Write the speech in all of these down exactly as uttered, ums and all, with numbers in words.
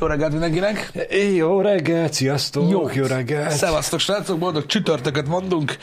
Jó reggelt mindenkinek! Jó reggelt, sziasztok! Jó, jó reggelt! Szevasztok, srácok, boldog csütörtöket mondunk.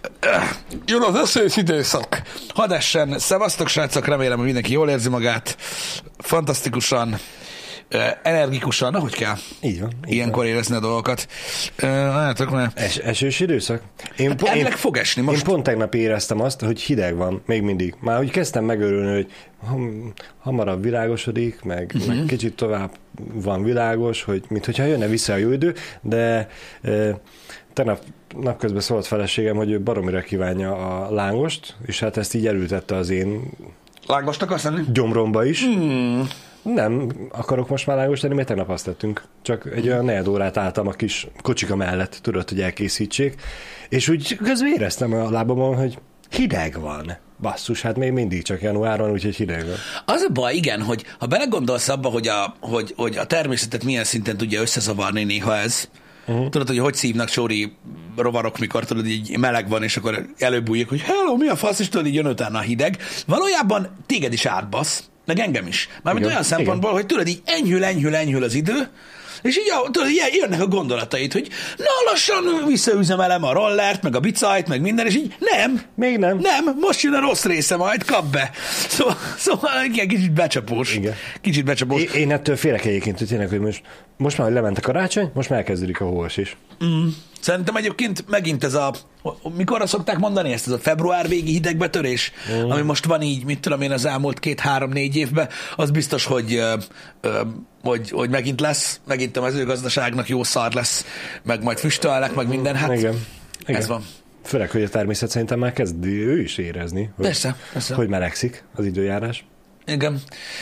Jön az összes időszak. Hadd essen, szevasztok, srácok, remélem, hogy mindenki jól érzi magát. Fantasztikusan, energikusan, ahogy kell. Így van. Így Ilyenkor van. érezni a dolgokat. Látok, mert... Es, esős időszak? Én, Hát po- elvileg én, fog esni most. Én pont tegnap éreztem azt, hogy hideg van, még mindig. Már úgy kezdtem megörülni, hogy ham, hamarabb világosodik, meg, uh-huh. meg kicsit tovább van világos, hogy mintha jönne vissza a jó idő, de e, tegnap napközben szólt feleségem, hogy ő baromira kívánja a lángost, és hát ezt így elültette az én Lángos akarsz lenni? gyomromba is. Hmm. Nem akarok most már lángos tenni, mert tegnap azt tettünk. Csak egy olyan negyed órát álltam a kis kocsika mellett, tudod, hogy elkészítsék. És úgy közben éreztem a lábamon, hogy hideg van. Basszus, hát még mindig csak január van, úgyhogy hideg van. Az a baj, igen, hogy ha belegondolsz abba, hogy a, hogy, hogy a természetet milyen szinten tudja összezavarni néha ez, uh-huh. tudod, hogy hogy szívnak sóri rovarok, mikor tudod, így meleg van, és akkor előbújjuk, hogy hello, mi a fasz, és tudod, így jön utána a hideg. Valójában téged is átbasz, meg engem is. Mármint olyan szempontból, igen. hogy tudod, így enyhül, enyhül, enyhül az idő, és így tudod, így jönnek a gondolatait, hogy na lassan visszaüzemelem a rollert, meg a bicajt, meg minden, és így nem. Még nem. Nem, most jön a rossz része, majd kap be. Szóval, szóval igen, kicsit becsapós. Igen. Kicsit becsapós. Én, én ettől félek egyébként, hogy tényleg, hogy most, most már, hogy lement a karácsony, most már elkezdődik a hóos is. Mm. Szerintem egyébként megint ez a, mikorra szokták mondani ezt, ez a február végi hidegbetörés, mm. ami most van így, mit tudom én, az elmúlt két-három-négy évben, az biztos, hogy, ö, ö, hogy, hogy megint lesz, megint a mezőgazdaságnak jó szar lesz, meg majd füstölnek, meg minden, hát igen. Igen. Ez van. Főleg, hogy a természet szerintem már kezd ő is érezni, hogy, persze, persze. hogy melegszik az időjárás. Igen.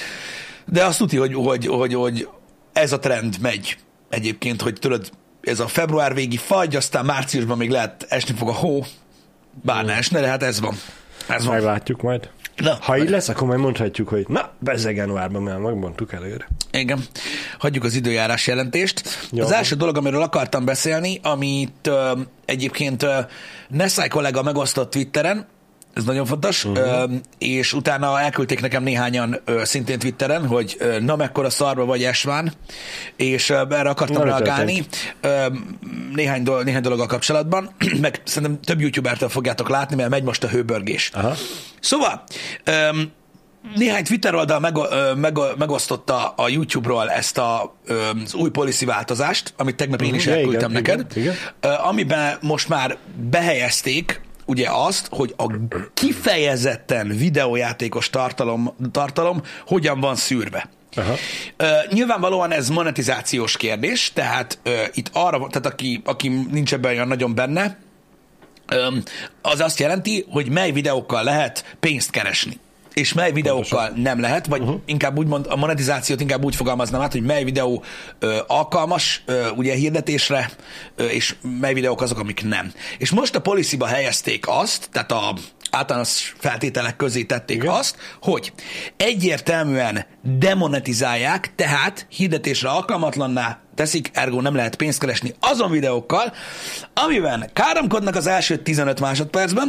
De azt tudja, hogy, hogy, hogy, hogy ez a trend megy egyébként, hogy tudod, ez a február végi fagy, aztán márciusban még lehet esni fog a hó, bár ne esne, de hát ez van. Ez van. Meglátjuk majd. Na, ha így lesz, akkor majd mondhatjuk, hogy na, bezzeg januárban, mert megmondtuk előre. Igen. Hagyjuk az időjárás jelentést. Jó. Az első dolog, amiről akartam beszélni, amit ö, egyébként ö, Nessai kollega megosztott Twitteren, ez nagyon fontos, uh-huh. ö, és utána elküldték nekem néhányan ö, szintén Twitteren, hogy ö, na mekkora szarba vagy esván, és ö, erre akartam na, reagálni ö, néhány, dolog, néhány dologgal kapcsolatban, meg szerintem több youtubertől fogjátok látni, mert megy most a hőbörgés. Aha. Szóval, ö, néhány Twitter oldal meg, ö, meg, megosztotta a YouTube-ról ezt a, ö, az új policy változást, amit tegnap én is elküldtem igen, neked, igen, igen. Ö, amiben most már behelyezték ugye azt, hogy a kifejezetten videójátékos tartalom, tartalom hogyan van szűrve. Aha. Uh, nyilvánvalóan ez monetizációs kérdés, tehát uh, itt arra, tehát aki, aki nincs ebben olyan nagyon benne, um, az azt jelenti, hogy mely videókkal lehet pénzt keresni. És mely videókkal pontosan nem lehet, vagy uh-huh. inkább úgy mond, a monetizációt inkább úgy fogalmaznám át, hogy mely videó ö, alkalmas ö, ugye hirdetésre, ö, és mely videók azok, amik nem. És most a policy-ba helyezték azt, tehát a általános feltételek közé tették igen. azt, hogy egyértelműen demonetizálják, tehát hirdetésre alkalmatlanná teszik, ergo nem lehet pénzt keresni azon videókkal, amiben káromkodnak az első tizenöt másodpercben,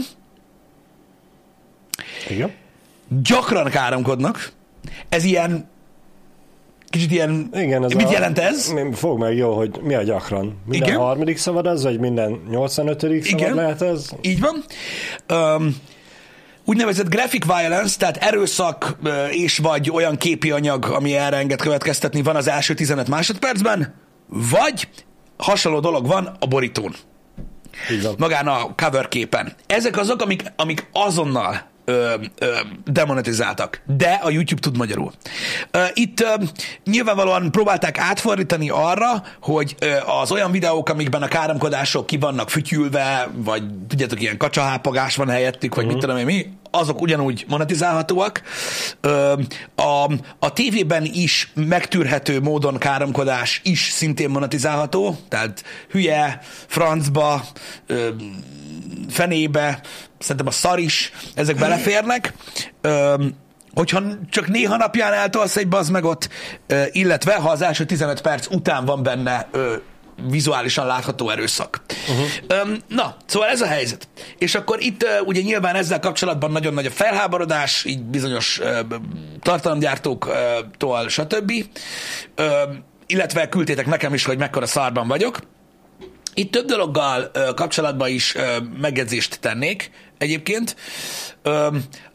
igen. gyakran káromkodnak. Ez ilyen, kicsit ilyen, igen, ez mit a, jelent ez? Fogd meg jó, hogy mi a gyakran. Minden igen. harmadik szabad az, vagy minden nyolcvanötödik szabad igen. lehet ez? Így van. Um, úgynevezett graphic violence, tehát erőszak és vagy olyan képi anyag, ami erre enged következtetni, van az első tizenöt másodpercben, vagy hasonló dolog van a borítón. Magán a cover képen. Ezek azok, amik, amik azonnal Ö, ö, demonetizáltak, de a YouTube tud magyarul. Ö, itt ö, nyilvánvalóan próbálták átfordítani arra, hogy ö, az olyan videók, amikben a káromkodások ki vannak fütyülve, vagy tudjátok, ilyen kacsahápagás van helyettük, vagy uh-huh. mit tudom én mi, azok ugyanúgy monetizálhatóak. Ö, a, a tévében is megtűrhető módon káromkodás is szintén monetizálható, tehát hülye, francba, ö, fenébe, szerintem a szar is, ezek beleférnek. Ö, hogyha csak néha napján eltolsz egy bazmegot, ö, illetve ha az első tizenöt perc után van benne ö, vizuálisan látható erőszak. Uh-huh. Ö, na, szóval ez a helyzet. És akkor itt ö, ugye nyilván ezzel kapcsolatban nagyon nagy a felháborodás, így bizonyos ö, tartalomgyártóktól, stb. Ö, illetve küldtétek nekem is, hogy mekkora szarban vagyok. Itt több dologgal ö, kapcsolatban is ö, megjegyzést tennék egyébként. Ö,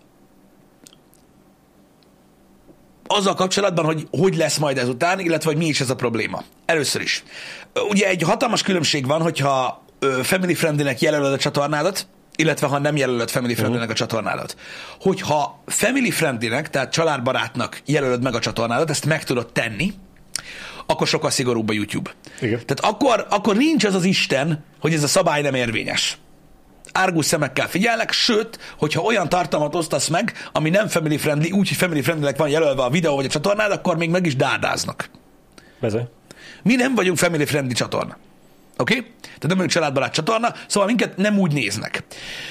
azzal kapcsolatban, hogy hogy lesz majd ezután, illetve hogy mi is ez a probléma. Először is. Ugye egy hatalmas különbség van, hogyha family friendly-nek jelölöd a csatornádat, illetve ha nem jelölöd family friendly-nek a csatornádat. Hogyha family friendly-nek, tehát családbarátnak jelölöd meg a csatornádat, ezt meg tudod tenni, akkor sokkal szigorúbb a YouTube. Igen. Tehát akkor, akkor nincs az az Isten, hogy ez a szabály nem érvényes. Árgus szemekkel figyelnek, sőt, hogyha olyan tartalmat osztasz meg, ami nem family friendly, úgyhogy family friendly-nek van jelölve a videó vagy a csatornád, akkor még meg is dádáznak. Bezony. Mi nem vagyunk family friendly csatorna. Oké? Okay? Tehát nem vagyunk családbarát csatorna, szóval minket nem úgy néznek.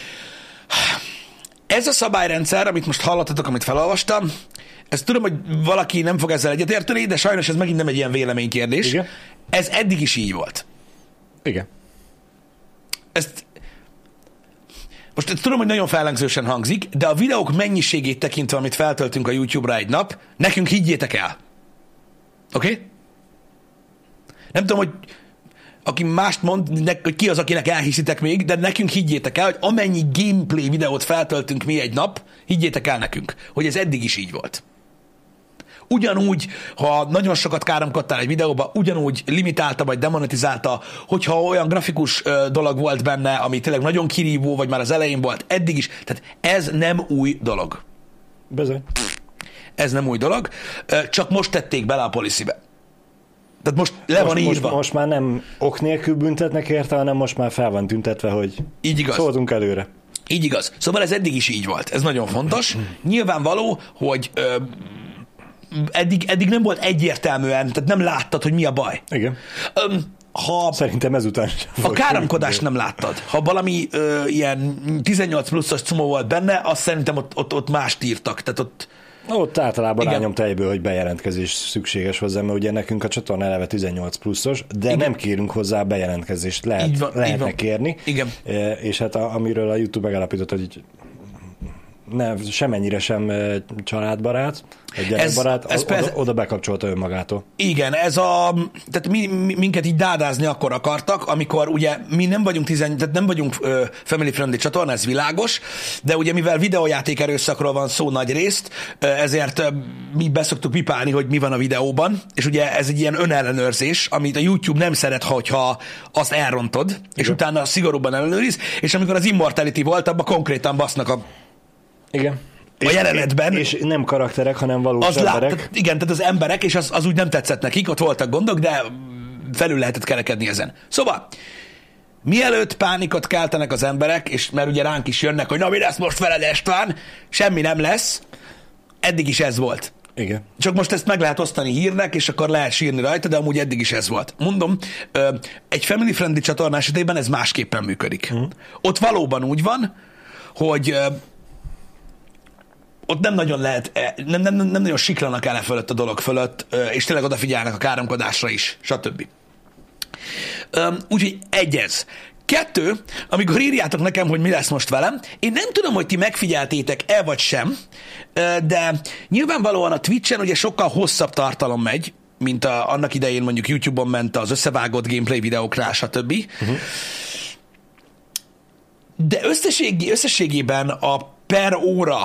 Ez a szabályrendszer, amit most hallottatok, amit felolvastam, ezt tudom, hogy valaki nem fog ezzel egyetérteni, de sajnos ez megint nem egy ilyen véleménykérdés. Igen. Ez eddig is így volt. Igen. Ezt Most ezt tudom, hogy nagyon fellengzősen hangzik, de a videók mennyiségét tekintve, amit feltöltünk a YouTube-ra egy nap, nekünk higgyétek el. Oké? Okay? Nem tudom, hogy aki mást mond, hogy ki az, akinek elhiszitek még, de nekünk higgyétek el, hogy amennyi gameplay videót feltöltünk mi egy nap, higgyétek el nekünk, hogy ez eddig is így volt. Ugyanúgy, ha nagyon sokat káromkodtál egy videóba, ugyanúgy limitálta vagy demonetizálta, hogyha olyan grafikus ö, dolog volt benne, ami tényleg nagyon kirívó, vagy már az elején volt, eddig is. Tehát ez nem új dolog. Bizony. Ez nem új dolog, csak most tették bele a policybe. Tehát most le most, van írva. Most, most már nem ok nélkül büntetnek érte, hanem most már fel van tüntetve, hogy így igaz. Szóltunk előre. Így igaz. Szóval ez eddig is így volt. Ez nagyon fontos. Nyilvánvaló, hogy ö, eddig, eddig nem volt egyértelműen, tehát nem láttad, hogy mi a baj. Igen. Ö, ha Szerintem ezután sem. A káromkodást nem láttad. Ha valami ö, ilyen tizennyolc pluszos cumó volt benne, azt szerintem ott, ott, ott mást írtak. Tehát ott Ott általában rányomta egyből, hogy bejelentkezés szükséges hozzá, mert ugye nekünk a csatorna eleve tizennyolc pluszos, de Igen. nem kérünk hozzá bejelentkezést. Lehet, van, lehetne kérni. Igen. És hát a, amiről a YouTube megállapított, hogy nem, semennyire sem családbarát, vagy gyerekbarát, ez, ez oda, persze, oda bekapcsolta önmagától. Igen, ez a, tehát mi, mi, minket így dádázni akkor akartak, amikor ugye mi nem vagyunk tizen, tehát nem vagyunk ö, family friendly csatorna, ez világos, de ugye mivel videójáték erőszakról van szó nagy részt, ö, ezért ö, mi beszoktuk pipálni, hogy mi van a videóban, és ugye ez egy ilyen önellenőrzés, amit a YouTube nem szeret, hogyha azt elrontod, igen. És utána szigorúban ellenőriz, és amikor az Immortality volt, abban konkrétan basznak a igen. A és, jelenetben. És nem karakterek, hanem valós az emberek. Lát, igen, tehát az emberek, és az, az úgy nem tetszett nekik, ott voltak gondok, de felül lehetett kerekedni ezen. Szóval, mielőtt pánikot keltenek az emberek, és mert ugye ránk is jönnek, hogy na mi lesz most veled Estván, semmi nem lesz, eddig is ez volt. Igen. Csak most ezt meg lehet osztani hírnek, és akkor lehet sírni rajta, de amúgy eddig is ez volt. Mondom, egy family friendly csatorna esetében ez másképpen működik. Uh-huh. Ott valóban úgy van, hogy ott nem nagyon lehet, nem, nem, nem nagyon siklanak el fölött a dolog fölött, és tényleg odafigyelnek a káromkodásra is, stb. Úgyhogy egy ez. Kettő, amikor írjátok nekem, hogy mi lesz most velem, én nem tudom, hogy ti megfigyeltétek-e vagy sem, de nyilvánvalóan a Twitchen ugye sokkal hosszabb tartalom megy, mint a, annak idején mondjuk YouTube-on ment az összevágott gameplay videóknál, stb. Uh-huh. De összességi, összességében a per óra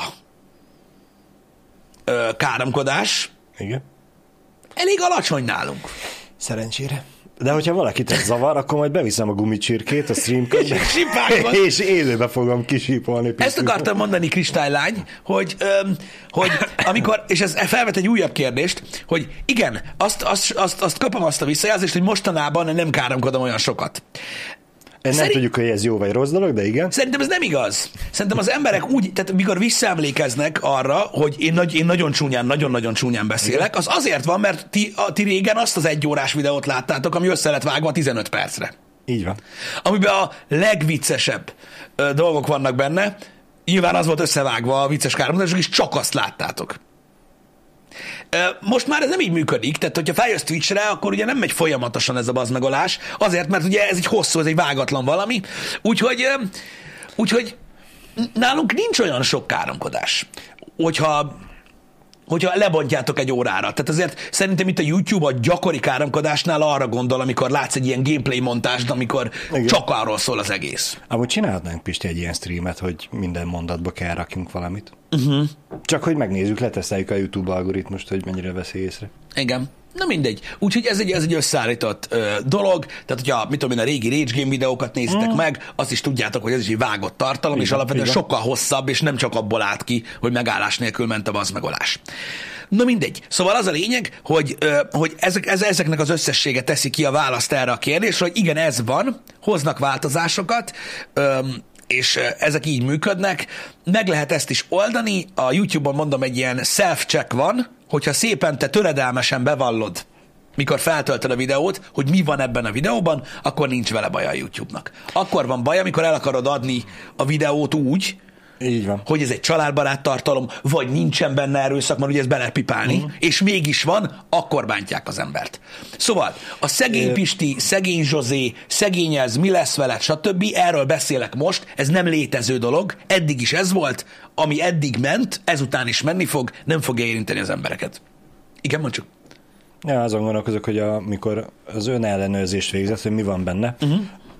káromkodás igen. elég alacsony nálunk. Szerencsére. De hogyha valakit ez zavar, akkor majd beviszem a gumicsirkét a streamkönyvbe, és élőbe fogom kisípolni. Ezt akartam mondani, Kristálylány, hogy, öm, hogy amikor, és ez felvet egy újabb kérdést, hogy igen, azt, azt, azt, azt kapom azt a visszajelzést, hogy mostanában nem káromkodom olyan sokat. Nem Szerint... tudjuk, hogy ez jó vagy rossz dolog, de igen. Szerintem ez nem igaz. Szerintem az emberek úgy, tehát mikor visszaemlékeznek arra, hogy én, nagy, én nagyon csúnyán, nagyon-nagyon csúnyán beszélek, igen. Az azért van, mert ti, a, ti régen azt az egy órás videót láttátok, ami össze lett vágva tizenöt percre. Így van. Amiben a legviccesebb ö, dolgok vannak benne, nyilván az volt összevágva a vicces káromkodások, és csak azt láttátok. Most már ez nem így működik, tehát hogyha feljössz Twitchre, akkor ugye nem megy folyamatosan ez a bazmegolás, azért, mert ugye ez egy hosszú, ez egy vágatlan valami, úgyhogy, úgyhogy nálunk nincs olyan sok káromkodás. Hogyha hogyha lebontjátok egy órára. Tehát azért szerintem itt a YouTube a gyakori káromkodásnál arra gondol, amikor látsz egy ilyen gameplay montást, amikor igen. csak arról szól az egész. Amúgy csinálhatnánk, Pisti, egy ilyen streamet, hogy minden mondatba kell rakjunk valamit. Uh-huh. Csak hogy megnézzük, leteszteljük a YouTube algoritmust, hogy mennyire veszi észre. Igen. Na mindegy. Úgyhogy ez egy, ez egy összeállított ö, dolog, tehát hogyha, mit tudom én, a régi Rage Game videókat nézitek mm. meg, azt is tudjátok, hogy ez is egy vágott tartalom, igen, és alapvetően igen. sokkal hosszabb, és nem csak abból állt ki, hogy megállás nélkül ment a vazmegolás. Na mindegy. Szóval az a lényeg, hogy, ö, hogy ezek, ez, ezeknek az összessége teszi ki a választ erre a kérdésre, hogy igen, ez van, hoznak változásokat, ö, és ezek így működnek. Meg lehet ezt is oldani. A YouTube-on mondom, egy ilyen self-check van, hogyha szépen te töredelmesen bevallod, mikor feltöltöd a videót, hogy mi van ebben a videóban, akkor nincs vele baj a YouTube-nak. Akkor van baj, amikor el akarod adni a videót úgy, így van. hogy ez egy családbarát tartalom, vagy nincsen benne erőszak, mert ugye ezt be lehet pipálni, uh-huh. és mégis van, akkor bántják az embert. Szóval a szegény Pisti, szegény Zsozé, szegény ez, mi lesz veled, stb. Erről beszélek most, ez nem létező dolog, eddig is ez volt, ami eddig ment, ezután is menni fog, nem fogja érinteni az embereket. Igen, mondjuk. Ja, azon gondolkozok, hogy amikor az ön ellenőrzést végzett, hogy mi van benne, uh-huh.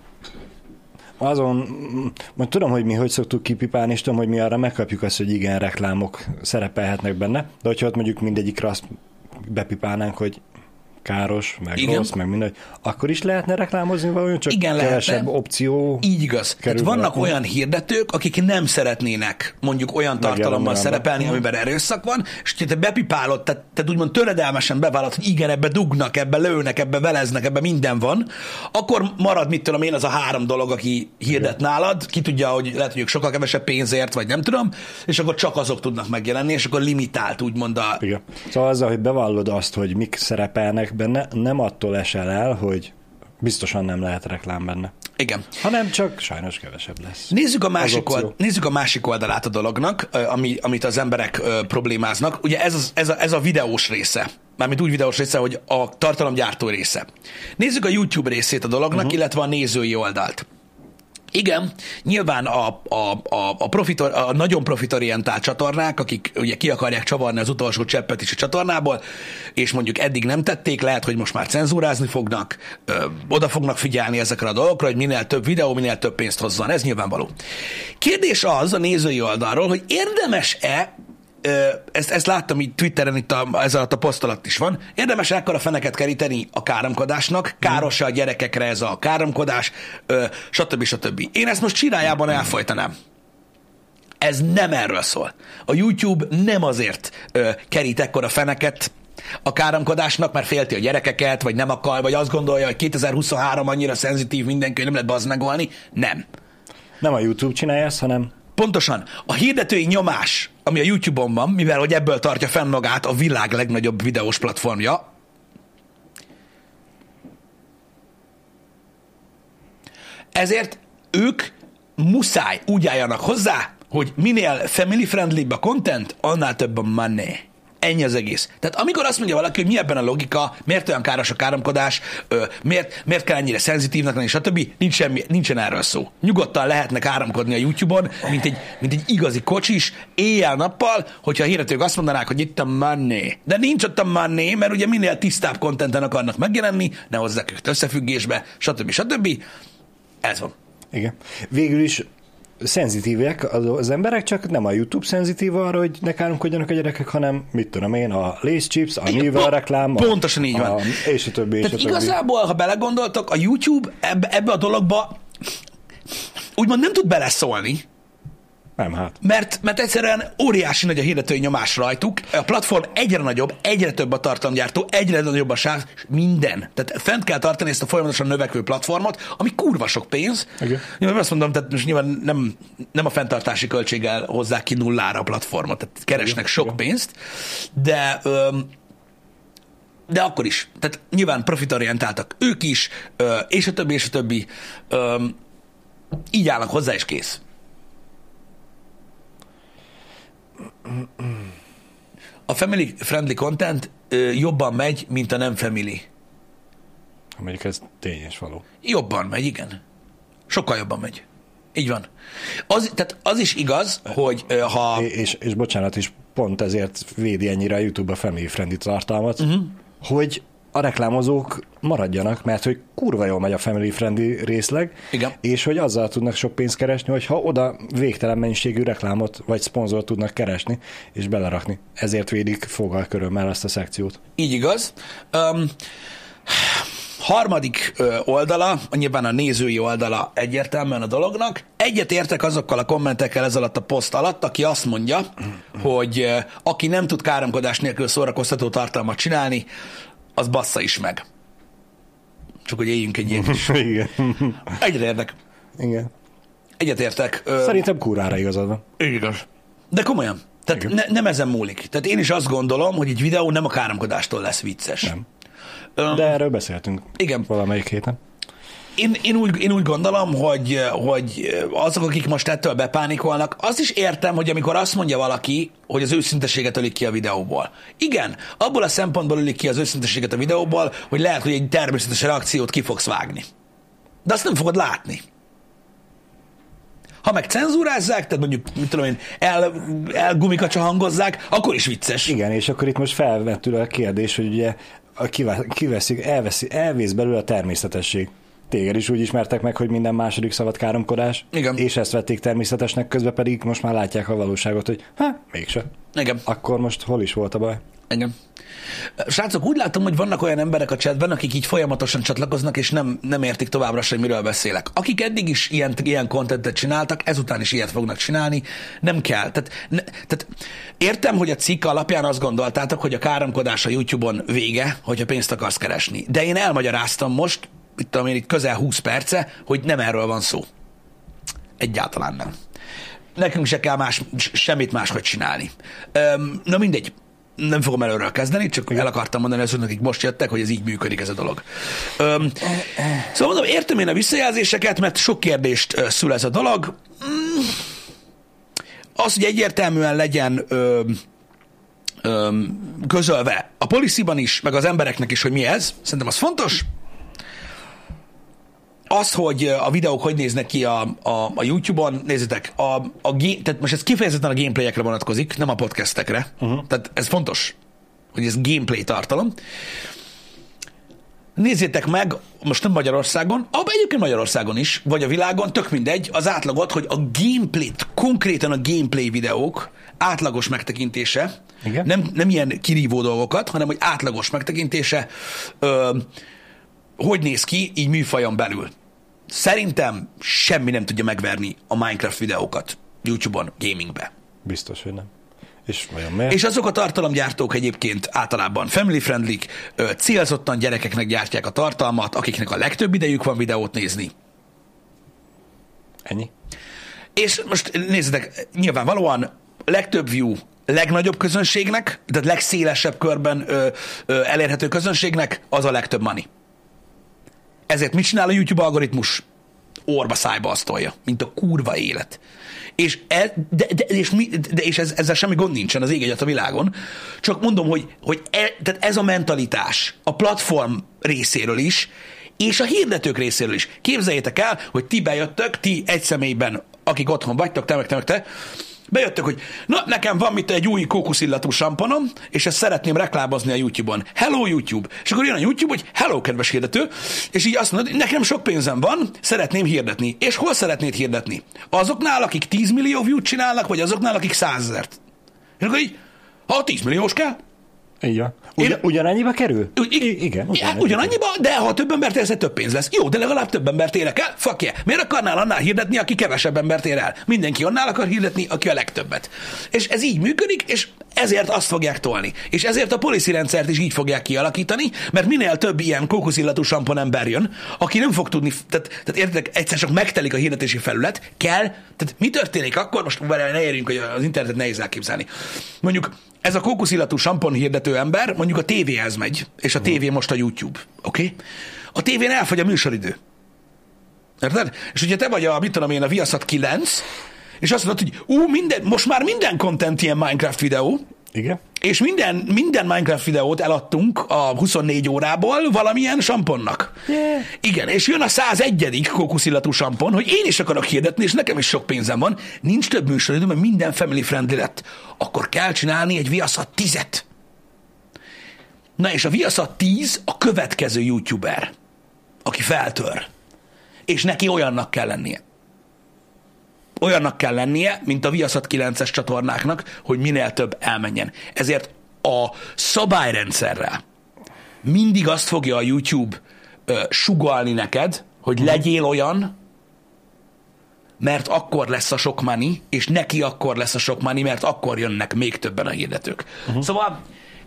azon, majd tudom, hogy mi hogy szoktuk kipipálni, és tudom, hogy mi arra megkapjuk azt, hogy igen, reklámok szerepelhetnek benne, de hogyha ott mondjuk mindegyikre azt bepipálnánk, hogy káros, meg igen. rossz, meg minden, akkor is lehetne reklámozni valami, csak igen, kevesebb lehetne. Opció. Így igaz. Tehát vannak lehetne. Olyan hirdetők, akik nem szeretnének mondjuk olyan tartalommal szerepelni, amiben erőszak van, és hogyha te bepipálod, tehát, tehát úgymond töredelmesen bevállalod, hogy igen, ebbe dugnak, ebbe lőnek, ebbe veleznek, ebbe minden van, akkor marad, mit tudom én, az a három dolog, aki hirdet igen. nálad, ki tudja, hogy lehet, hogy ők sokkal kevesebb pénzért, vagy nem tudom, és akkor csak azok tudnak megjelenni, és akkor limitált úgymond a... Igen. Szóval azzal, hogy bevallod azt, hogy mik szerepelnek benne, nem attól esel el, hogy biztosan nem lehet reklám benne. Igen. Hanem csak sajnos kevesebb lesz. Nézzük a másik, old, nézzük a másik oldalát a dolognak, ami, amit az emberek ö, problémáznak. Ugye ez, az, ez, a, ez a videós része. Mármint úgy videós része, hogy a tartalomgyártó része. Nézzük a YouTube részét a dolognak, uh-huh. illetve a nézői oldalt. Igen, nyilván a, a, a, a, profitor, a nagyon profitorientált csatornák, akik ugye ki akarják csavarni az utolsó cseppet is a csatornából, és mondjuk eddig nem tették, lehet, hogy most már cenzúrázni fognak, ö, oda fognak figyelni ezekre a dolgokra, hogy minél több videó, minél több pénzt hozzon. Ez nyilvánvaló. Kérdés az a nézői oldalról, hogy érdemes-e, Ezt, ezt láttam így Twitteren, itt a, ez alatt a poszt alatt is van. Érdemes ekkora feneket keríteni a káromkodásnak, káros a gyerekekre ez a káromkodás, stb. stb. Én ezt most csirájában elfojtanám. Ez nem erről szól. A YouTube nem azért ö, kerít ekkora feneket a káromkodásnak, mert félti a gyerekeket, vagy nem akar, vagy azt gondolja, hogy kétezer-huszonhárom annyira szenzitív mindenki, hogy nem lehet bazdmegolni. Nem. Nem a YouTube csinálja ezt, hanem... Pontosan. A hirdetői nyomás, ami a YouTube-on van, mivel hogy ebből tartja fenn magát a világ legnagyobb videós platformja, ezért ők muszáj úgy álljanak hozzá, hogy minél family-friendly a content, annál több a money. Ennyi az egész. Tehát amikor azt mondja valaki, hogy mi ebben a logika, miért olyan káros a káromkodás, miért, miért kell ennyire szenzitívnak lenni, stb. Nincs semmi, nincsen erről szó. Nyugodtan lehetne káromkodni a YouTube-on, mint egy, mint egy igazi kocsis, éjjel-nappal, hogyha a hirdetők azt mondanák, hogy itt a money. De nincs ott a money, mert ugye minél tisztább contenten akarnak megjelenni, ne hozzák őket összefüggésbe, stb. stb. Ez van. Igen. Végül is szenzitívek az emberek, csak nem a YouTube szenzitív arra, hogy ne káromkodjanak a gyerekek, hanem mit tudom én, a Lays Chips, a Nivel reklám, pontosan így van. A, és a többi, és Tehát a többi. Igazából, ha belegondoltok, a YouTube ebbe, ebbe a dologba úgymond nem tud beleszólni, nem, hát. Mert, mert egyszerűen óriási nagy a hirdetői nyomás rajtuk, a platform egyre nagyobb, egyre több a tartalomgyártó, egyre nagyobb a sáv, minden. Tehát fent kell tartani ezt a folyamatosan növekvő platformot, ami kurva sok pénz. Okay. Nyilván azt mondom, tehát most nyilván nem, nem a fenntartási költséggel hozzák ki nullára a platformot, tehát keresnek okay. sok okay. pénzt, de... Öm, de akkor is. Tehát nyilván profitorientáltak ők is, és a többi, és a többi. Öm, így állnak hozzá, és kész. A family friendly content ö, jobban megy, mint a nem family. Mondjuk ez tényes való. Jobban megy, igen. Sokkal jobban megy. Így van. Az, tehát az is igaz, hogy ö, ha... És, és bocsánat is, pont ezért védi ennyire a YouTube a family friendly tartalmat, uh-huh. hogy a reklámozók maradjanak, mert hogy kurva jól megy a family friendly részleg, igen. és hogy azzal tudnak sok pénzt keresni, hogyha oda végtelen mennyiségű reklámot vagy szponzort tudnak keresni, és belerakni. Ezért védik fogalkörömmel azt a szekciót. Így igaz. Um, harmadik ö, oldala, nyilván a nézői oldala egyértelműen a dolognak. Egyet értek azokkal a kommentekkel ez alatt a poszt alatt, aki azt mondja, hogy ö, aki nem tud káromkodás nélkül szórakoztató tartalmat csinálni, az bassza is meg. Csak hogy éljünk egy ilyen is. Igen. Egyre érdek. Igen. Egyetértek. Szerintem kurvára igazad van. Igaz. De komolyan. Tehát ne, nem ezen múlik. Tehát én is azt gondolom, hogy egy videó nem a káromkodástól lesz vicces. Nem. De erről beszéltünk. Igen. Valamelyik héten. Én, én, úgy, én úgy gondolom, hogy, hogy azok, akik most ettől bepánikolnak, azt is értem, hogy amikor azt mondja valaki, hogy az őszinteséget ölik ki a videóból. Igen, abból a szempontból ölik ki az őszinteséget a videóból, hogy lehet, hogy egy természetes reakciót ki fogsz vágni. De azt nem fogod látni. Ha meg cenzúrázzák, tehát mondjuk, mit tudom én, el, elgumikacsa hangozzák, akkor is vicces. Igen, és akkor itt most felvetül a kérdés, hogy ugye kiveszik, elveszi, elvész belőle a természetesség. Téged is úgy ismertek meg, hogy minden második szavad káromkodás, igen. És ezt vették természetesnek, közben pedig most már látják a valóságot, hogy hát, mégse. Igen. Akkor most hol is volt a baj? Igen. Srácok, úgy látom, hogy vannak olyan emberek a chatben, akik így folyamatosan csatlakoznak, és nem, nem értik továbbra sem, miről beszélek. Akik eddig is ilyen, ilyen contentet csináltak, ezután is ilyet fognak csinálni, nem kell. Tehát, ne, tehát értem, hogy a cikk alapján azt gondoltátok, hogy a káromkodás a YouTube-on vége, hogyha pénzt akarsz keresni. De én elmagyaráztam most, itt tudom én itt közel húsz perce, hogy nem erről van szó. Egyáltalán nem. Nekünk se kell más, semmit máshogy csinálni. Öm, na mindegy. Nem fogom előről kezdeni, csak el akartam mondani azoknak, akik most jöttek, hogy ez így működik ez a dolog. Öm, szóval mondom, értem én a visszajelzéseket, mert sok kérdést ö, szül ez a dolog. Az, hogy egyértelműen legyen öm, öm, közölve a policyban is, meg az embereknek is, hogy mi ez, szerintem az fontos. Az, hogy a videók hogy néznek ki a, a, a YouTube-on, nézzétek, a, a, tehát most ez kifejezetten a gameplayekre vonatkozik, nem a podcastekre. Uh-huh. Tehát ez fontos, hogy ez gameplay tartalom. Nézzétek meg, most nem Magyarországon, abban egyébként Magyarországon is, vagy a világon, tök mindegy, az átlagot, hogy a gameplay, konkrétan a gameplay videók átlagos megtekintése, nem, nem ilyen kirívó dolgokat, hanem hogy átlagos megtekintése, ö, hogy néz ki így műfajon belül. Szerintem semmi nem tudja megverni a Minecraft videókat YouTube-on, gamingbe. Biztos, hogy nem. És vajon miért? És azok a tartalomgyártók egyébként általában family friendly, célzottan gyerekeknek gyártják a tartalmat, akiknek a legtöbb idejük van videót nézni. Ennyi? És most nézzétek, nyilvánvalóan legtöbb view legnagyobb közönségnek, tehát legszélesebb körben ö, ö, elérhető közönségnek az a legtöbb money. Ezért mit csinál a YouTube algoritmus? Orba szájba asztolja, mint a kurva élet. És, e, de, de, és, mi, de, és ez, ezzel semmi gond nincsen az ég egyet a világon. Csak mondom, hogy, hogy e, tehát ez a mentalitás a platform részéről is, és a hirdetők részéről is. Képzeljétek el, hogy ti bejöttök, ti egy személyben, akik otthon vagytok, te meg te meg te, bejöttök, hogy na, nekem van mit egy új kókuszillatú samponom, és ezt szeretném reklámozni a YouTube-on. Hello YouTube! És akkor jön a YouTube, hogy hello kedves hirdető, és így azt mondod, hogy nekem sok pénzem van, szeretném hirdetni. És hol szeretnéd hirdetni? Azoknál, akik tíz millió view-t csinálnak, vagy azoknál, akik százezert? És akkor így, ha tíz milliós kell, így van. Ugyan, Én... Ugyanannyiba kerül? Ugy, I- igen. Ugyanannyiba, ugyanannyiba, de ha több embert érsz, több pénz lesz. Jó, de legalább több embert érek el. Fuck yeah. Miért akarnál annál hirdetni, aki kevesebb embert ér el? Mindenki annál akar hirdetni, aki a legtöbbet. És ez így működik, és ezért azt fogják tolni. És ezért a policy rendszert is így fogják kialakítani, mert minél több ilyen kókuszillatú sampon ember jön, aki nem fog tudni, tehát, tehát érted, egyszer csak megtelik a hirdetési felület, kell, tehát mi történik akkor, most ne érjünk, hogy az internetet nehéz elképzelni. Mondjuk ez a kókuszillatú sampon hirdető ember mondjuk a tévéhez megy, és a tévé most a YouTube, oké? Okay? A tévén elfogy a műsoridő. Érted? És ugye te vagy a, mit tudom én, a Viaszat kilenc, és azt mondod, hogy ú, minden, most már minden content ilyen Minecraft videó, Igen. És minden, minden Minecraft videót eladtunk a huszonnégy órából valamilyen samponnak. Yeah. Igen, és jön a százegyedik kókuszillatú sampon, hogy én is akarok hirdetni, és nekem is sok pénzem van. Nincs több műsoridő, mert minden family friendly lett. Akkor kell csinálni egy Viaszat tízet. Na és a Viaszat tíz a következő youtuber, aki feltör. És neki olyannak kell lennie. Olyannak kell lennie, mint a Viaszat kilences csatornáknak, hogy minél több elmenjen. Ezért a szabályrendszerrel mindig azt fogja a YouTube ö, sugallni neked, hogy legyél olyan, mert akkor lesz a sok money, és neki akkor lesz a sok money, mert akkor jönnek még többen a hirdetők. Uh-huh. Szóval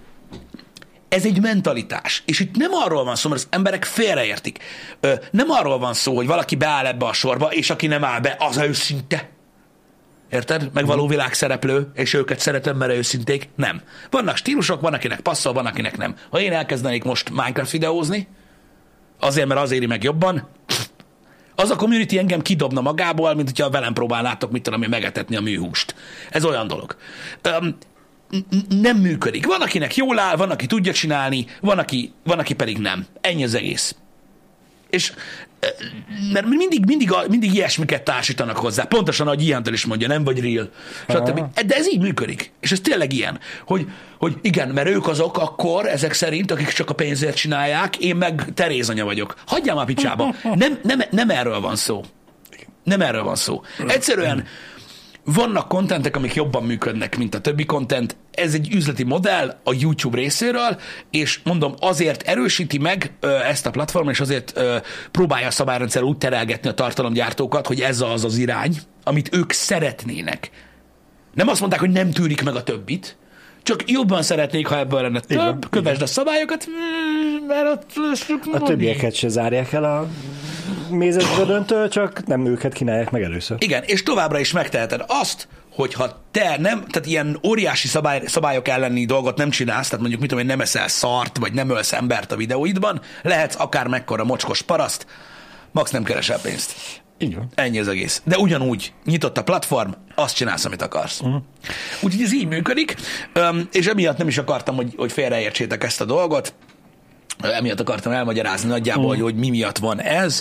ez egy mentalitás. És itt nem arról van szó, mert az emberek félreértik. Ö, nem arról van szó, hogy valaki beáll ebbe a sorba, és aki nem áll be, az őszinte. Érted? Meg való világszereplő, és őket szeretem, mert őszinték. Nem. Vannak stílusok, van, akinek passzol, van, akinek nem. Ha én elkezdenék most Minecraft videózni, azért, mert az éri meg jobban, az a community engem kidobna magából, mint hogyha velem próbálnátok, mit tudom én, megetetni a műhúst. Ez olyan dolog. Öm, nem működik. Van, akinek jól áll, van, aki tudja csinálni, van, aki, van, aki pedig nem. Ennyi az egész. És mert mindig, mindig, mindig ilyesmiket társítanak hozzá. Pontosan, ahogy Ihántől is mondja, nem vagy real. Stb. De ez így működik. És ez tényleg ilyen, hogy, hogy igen, mert ők azok akkor, ezek szerint, akik csak a pénzért csinálják, én meg Teréz anya vagyok. Hagyjál már picsába. Nem, nem, nem erről van szó. Nem erről van szó. Egyszerűen vannak kontentek, amik jobban működnek, mint a többi kontent. Ez egy üzleti modell a YouTube részéről, és mondom, azért erősíti meg ö, ezt a platformot, és azért ö, próbálja a szabályrendszer úgy terelgetni a tartalomgyártókat, hogy ez az az irány, amit ők szeretnének. Nem azt mondták, hogy nem tűrik meg a többit, csak jobban szeretnék, ha ebből lenne több, igen, kövesd igen. a szabályokat, mert ott a többieket se zárják el a mézesbödöntől, csak nem őket kínálják meg először. Igen, és továbbra is megteheted azt, hogyha te nem, tehát ilyen óriási szabály, szabályok elleni dolgot nem csinálsz, tehát mondjuk mit tudom én, nem eszel szart, vagy nem ölsz embert a videóidban, lehetsz akár mekkora mocskos paraszt, max nem keresel pénzt. Így van. Ennyi az egész. De ugyanúgy nyitott a platform, azt csinálsz, amit akarsz. Uh-huh. Úgyhogy ez így működik, és emiatt nem is akartam, hogy, hogy félreértsétek ezt a dolgot, emiatt akartam elmagyarázni nagyjából, uh-huh. hogy, hogy mi miatt van ez.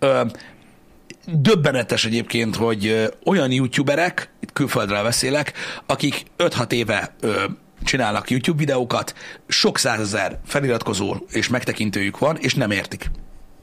Döbbenetes egyébként, hogy olyan youtuberek, itt külföldről beszélek, akik öt-hat éve csinálnak YouTube videókat, sok százezer feliratkozó és megtekintőjük van, és nem értik.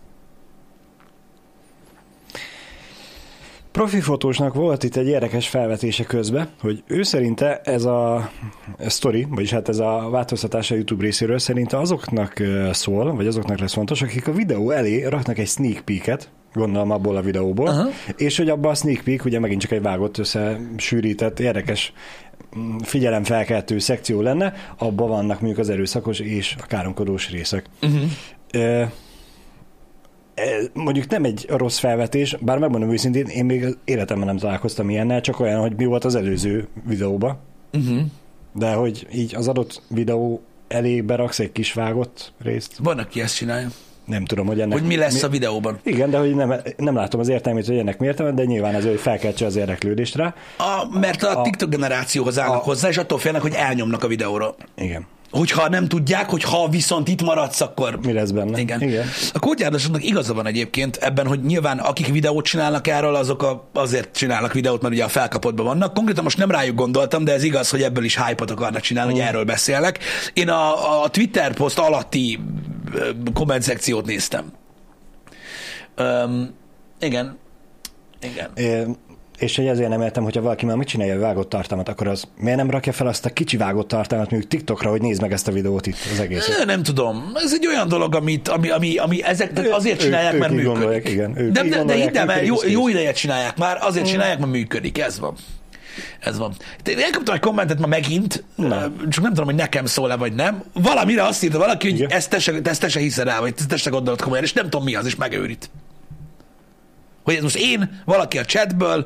Profi fotósnak volt itt egy érdekes felvetése közben, hogy ő szerinte ez a sztori, vagyis hát ez a változtatás a YouTube részéről szerinte azoknak szól, vagy azoknak lesz fontos, akik a videó elé raknak egy sneak peeket, gondolom abból a videóból, uh-huh. és hogy abban a sneak peek ugye megint csak egy vágott összesűrített, érdekes figyelemfelkeltő szekció lenne, abban vannak mondjuk az erőszakos és a káromkodós részek. Uh-huh. E- Mondjuk nem egy rossz felvetés, bár megmondom őszintén, én még életemben nem találkoztam ilyennel, csak olyan, hogy mi volt az előző videóban. Uh-huh. De hogy így az adott videó elé beraksz egy kis vágott részt. Van, aki ezt csinálja. Nem tudom, hogy ennek... Hogy mi lesz mi... a videóban. Igen, de hogy nem, nem látom az értelmét, hogy ennek miért van, de nyilván ez, hogy felkeltse az érdeklődést rá. A, mert a, a TikTok generációhoz állnak a, hozzá, és attól félnek, hogy elnyomnak a videóra. Igen. Hogyha nem tudják, hogy ha viszont itt maradsz, akkor... Mi lesz benne? Igen. Igen. A kódjárosoknak igaza van egyébként ebben, hogy nyilván akik videót csinálnak erről, azok a, azért csinálnak videót, mert ugye a felkapottban vannak. Konkrétan most nem rájuk gondoltam, de ez igaz, hogy ebből is hype-ot akarnak csinálni, mm. hogy erről beszélnek. Én a, a Twitter poszt alatti komment szekciót néztem. Um, igen. Igen. É, és hogy ezért nem értem, hogyha valaki már mit csinálja vágott tartalmat, akkor az miért nem rakja fel azt a kicsi vágott tartalmat mondjuk TikTokra, hogy nézd meg ezt a videót itt az egészet? Nem tudom. Ez egy olyan dolog, amit, ami, ami, ami ezek azért csinálják, ő, mert ők működik. Gondolják, igen, ők de de, de hidd el, jó, jó ideje csinálják már, azért mm. csinálják, mert működik. Ez van. Ez van. Én elkaptam egy kommentet ma megint, na. Csak nem tudom, hogy nekem szól-e, vagy nem. Valamire azt írta valaki, hogy ezt te, se, ezt te se hiszed el, vagy te se gondolod komolyan, és nem tudom mi az, és megőrít. Hogy ez most én, valaki a chatből,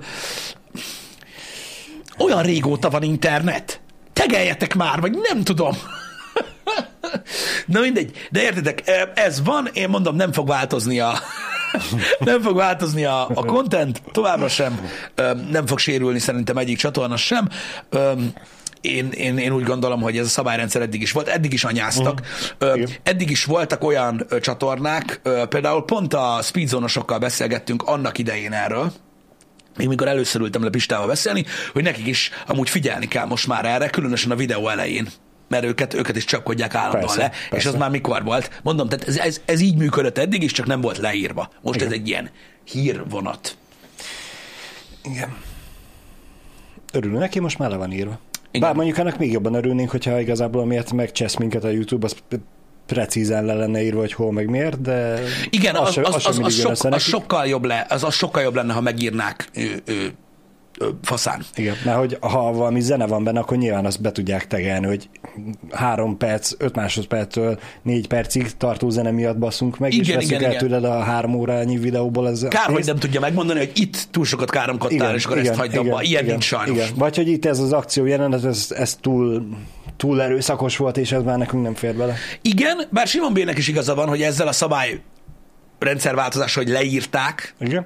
olyan régóta van internet. Tegeljetek már, vagy nem tudom. Na mindegy, de értitek, ez van, én mondom, nem fog változni a nem fog változni a, a content, továbbra sem, nem fog sérülni szerintem egyik csatorna sem, én, én, én úgy gondolom, hogy ez a szabályrendszer eddig is volt, eddig is anyáztak. Mm. Ö, eddig is voltak olyan ö, csatornák, ö, például pont a speedzónosokkal beszélgettünk annak idején erről, még mikor először ültem le Pistával beszélni, hogy nekik is amúgy figyelni kell most már erre, különösen a videó elején, mert őket, őket is csapkodják állandóan persze, le, persze. És az már mikor volt. Mondom, tehát ez, ez, ez így működött eddig is, csak nem volt leírva. Most igen. Ez egy ilyen hírvonat. Igen. Örülünk neki, most már le van írva. Igen. Bár mondjuk ennek még jobban örülnénk, hogyha igazából amiért megcsesz minket a YouTube, az precízen le lenne írva, hogy hol meg miért, de igen, az, az, az, az, az, az, sok, az, sokkal jobb le, az, az sokkal jobb lenne, ha megírnák ő, ő, ő, faszán. Igen, mert hogy ha valami zene van benne, akkor nyilván azt be tudják tegelni, hogy három perc, öt másodperctől négy percig tartó zene miatt basszunk meg, igen, és veszünk el tőled a három órányi videóból. Ez Kár, hogy nem tudja megmondani, hogy itt túl sokat káromkodtál, és akkor igen, ezt hagyd abba. Ilyen igen, nincs sajnos. Igen. Vagy hogy itt ez az akció jelenet, ez, ez túl, túl erőszakos volt, és ez már nekünk nem fér bele. Igen, bár Simon B-nek is igaza van, hogy ezzel a szabály rendszerváltozás, hogy leírták, igen.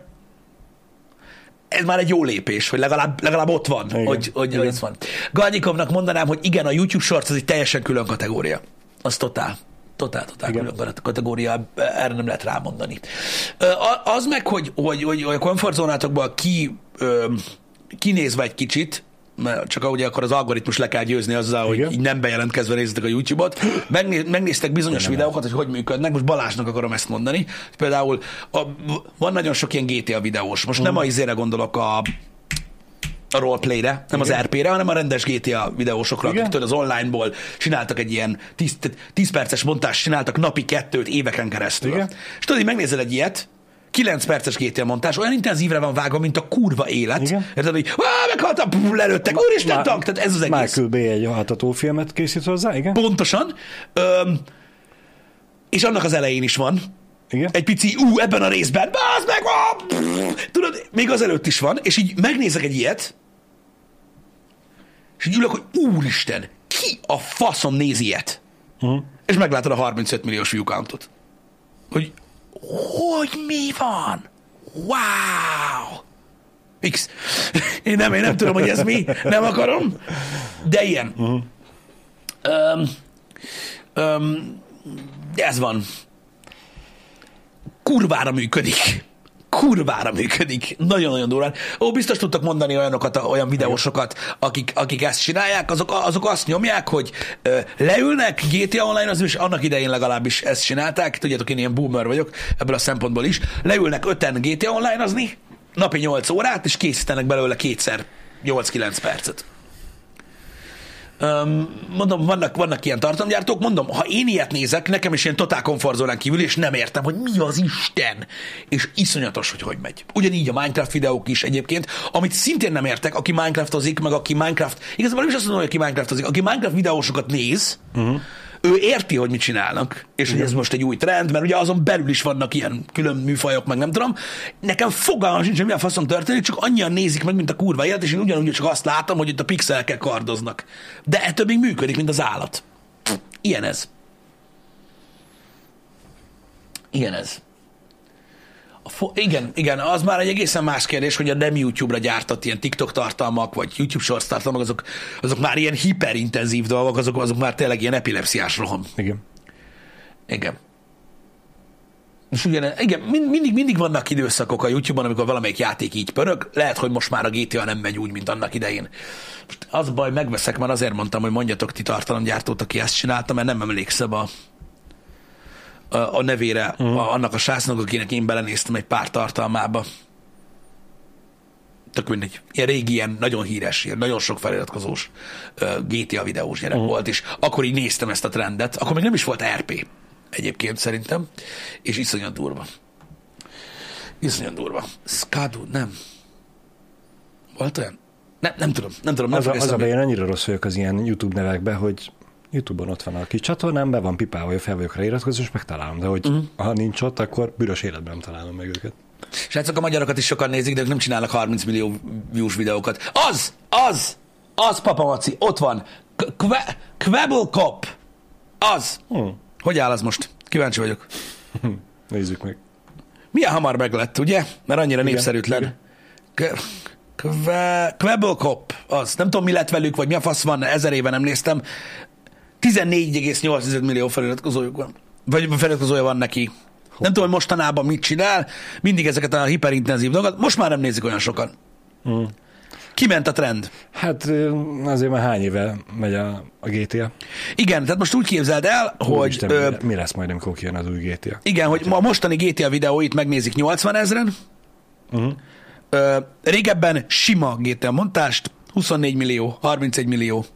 Ez már egy jó lépés, hogy legalább, legalább ott van, igen, hogy, hogy ez van. Galnyikovnak mondanám, hogy igen, a YouTube Shorts az egy teljesen külön kategória. Az totál. Totál, totál igen. Külön kategória, erre nem lehet rámondani. Az meg, hogy, hogy, hogy a komfortzónátokból ki, kinézve egy kicsit, mert csak ugye akkor az algoritmus le kell győzni azzal, igen. Hogy így nem bejelentkezve nézzetek a YouTube-ot. Megné, megnéztek bizonyos igen, videókat, hogy hogy működnek. Most Balázsnak akarom ezt mondani. Például a, van nagyon sok ilyen gé té á videós. Most uh-huh. nem a izére gondolok a, a roleplay-re, nem igen. az er pé-re, hanem a rendes gé té á videósokra, igen. akik az online-ból csináltak egy ilyen tíz perces montást, csináltak napi kettőt éveken keresztül. Igen. És tudod, hogy megnézel egy ilyet, kilenc perces gé té á montás, olyan intenzívre van vágva, mint a kurva élet. Igen. Érted, hogy meghaltam, lelőttek, úristen, tank, tehát ez az egész. Michael Bay egy hatatófilmet készít hozzá, igen? Pontosan. Öm, és annak az elején is van. Igen. Egy pici, ú, ebben a részben, bázd meg, ó, tudod, még az előtt is van, és így megnézek egy ilyet, és így ülök, hogy úristen, ki a faszom néz ilyet? Uh-huh. És meglátod a harmincöt milliós view countot. Hogy hogy mi van? Wow! X. Én nem, én nem tudom, hogy ez mi, nem akarom, de ilyen. Uh-huh. Um, um, ez van. Kurvára működik. Kurvára működik. Nagyon-nagyon durván. Ó, biztos tudtak mondani olyanokat, olyan videósokat, akik, akik ezt csinálják, azok, azok azt nyomják, hogy ö, leülnek gé té á Online, az is annak idején legalábbis ezt csinálták, tudjátok, én ilyen boomer vagyok ebből a szempontból is, leülnek öten gé té á Online-ozni, napi nyolc órát, és készítenek belőle kétszer nyolc-kilenc percet. Um, mondom, vannak, vannak ilyen tartalomgyártók, mondom, ha én ilyet nézek, nekem is ilyen totál komfortzónán kívül, és nem értem, hogy mi az Isten, és iszonyatos, hogy hogy megy. Ugyanígy a Minecraft videók is egyébként, amit szintén nem értek, aki Minecraftozik, meg aki Minecraft, igazából nem is azt mondom, hogy aki Minecraftozik, aki Minecraft videósokat néz, uh-huh. ő érti, hogy mit csinálnak, és hogy ez most egy új trend, mert ugye azon belül is vannak ilyen külön műfajok, meg nem tudom. Nekem fogalmam sincs, hogy milyen faszom történik, csak annyian nézik meg, mint a kurva élet, és én ugyanúgy csak azt látom, hogy itt a pixelekkel kardoznak. De ettől még működik, mint az állat. Ilyen ez. Ilyen ez. A fo- igen, igen, az már egy egészen más kérdés, hogy a nem YouTube-ra gyártott ilyen TikTok tartalmak, vagy YouTube Shorts tartalmak, azok, azok már ilyen hiperintenzív dolgok, azok, azok már tényleg ilyen epilepsziás roham. Igen. Igen. És ugyan, igen, mindig, mindig vannak időszakok a YouTube-on, amikor valamelyik játék így pörög. Lehet, hogy most már a gé té á nem megy úgy, mint annak idején. Most az baj, megveszek, mert azért mondtam, hogy mondjatok ti tartalomgyártót, aki ezt csinálta, mert nem emlékszem a a nevére, uh-huh. a, annak a srácnak, akinek én belenéztem egy pár tartalmába. Tök mindegy. Ilyen régi, ilyen nagyon híres, ilyen nagyon sok feliratkozós uh, gé té á videós gyerek uh-huh. volt, és akkor így néztem ezt a trendet. Akkor még nem is volt er pé egyébként szerintem, és iszonyat durva. Iszonyat durva. Skadu, nem. Volt olyan? Nem, nem tudom. Nem tudom. Nem az a, az a bejön, annyira rossz vagyok az ilyen YouTube nevekbe, hogy YouTube-on ott van a kis csatornám, be van pipálva, hogy fel vagyok rá iratkozó, és megtalálom, de hogy uh-huh. ha nincs ott, akkor büdös életben nem találom meg őket. Srácok, a magyarokat is sokan nézik, de ők nem csinálnak harminc millió views videókat. Az! Az! Az, Papa Maci, ott van. Kvebbelkop. Az. Hmm. Hogy áll az most? Kíváncsi vagyok. Nézzük meg. Milyen hamar meglett, ugye? Mert annyira igen, népszerűtlen. Kvebbelkop. az. Nem tudom, mi lett velük, vagy mi a fasz van, ezer éve nem néztem. tizennégy egész nyolc millió feliratkozójuk van. Vagy feliratkozója van neki. Hoppá. Nem tudom, hogy mostanában mit csinál. Mindig ezeket a hiperintenzív dolgokat. Most már nem nézik olyan sokan. Hmm. Kiment a trend? Hát azért már hány éve megy a, a gé té á. Igen, tehát most úgy képzeld el, Hú, hogy... Isten, ö, mi lesz majd, amikor kijön az új gé té á? Igen, hogy a mostani gé té á videóit megnézik nyolcvan ezren. Uh-huh. Ö, régebben sima gé té á montást, huszonnégy millió, harmincegy millió.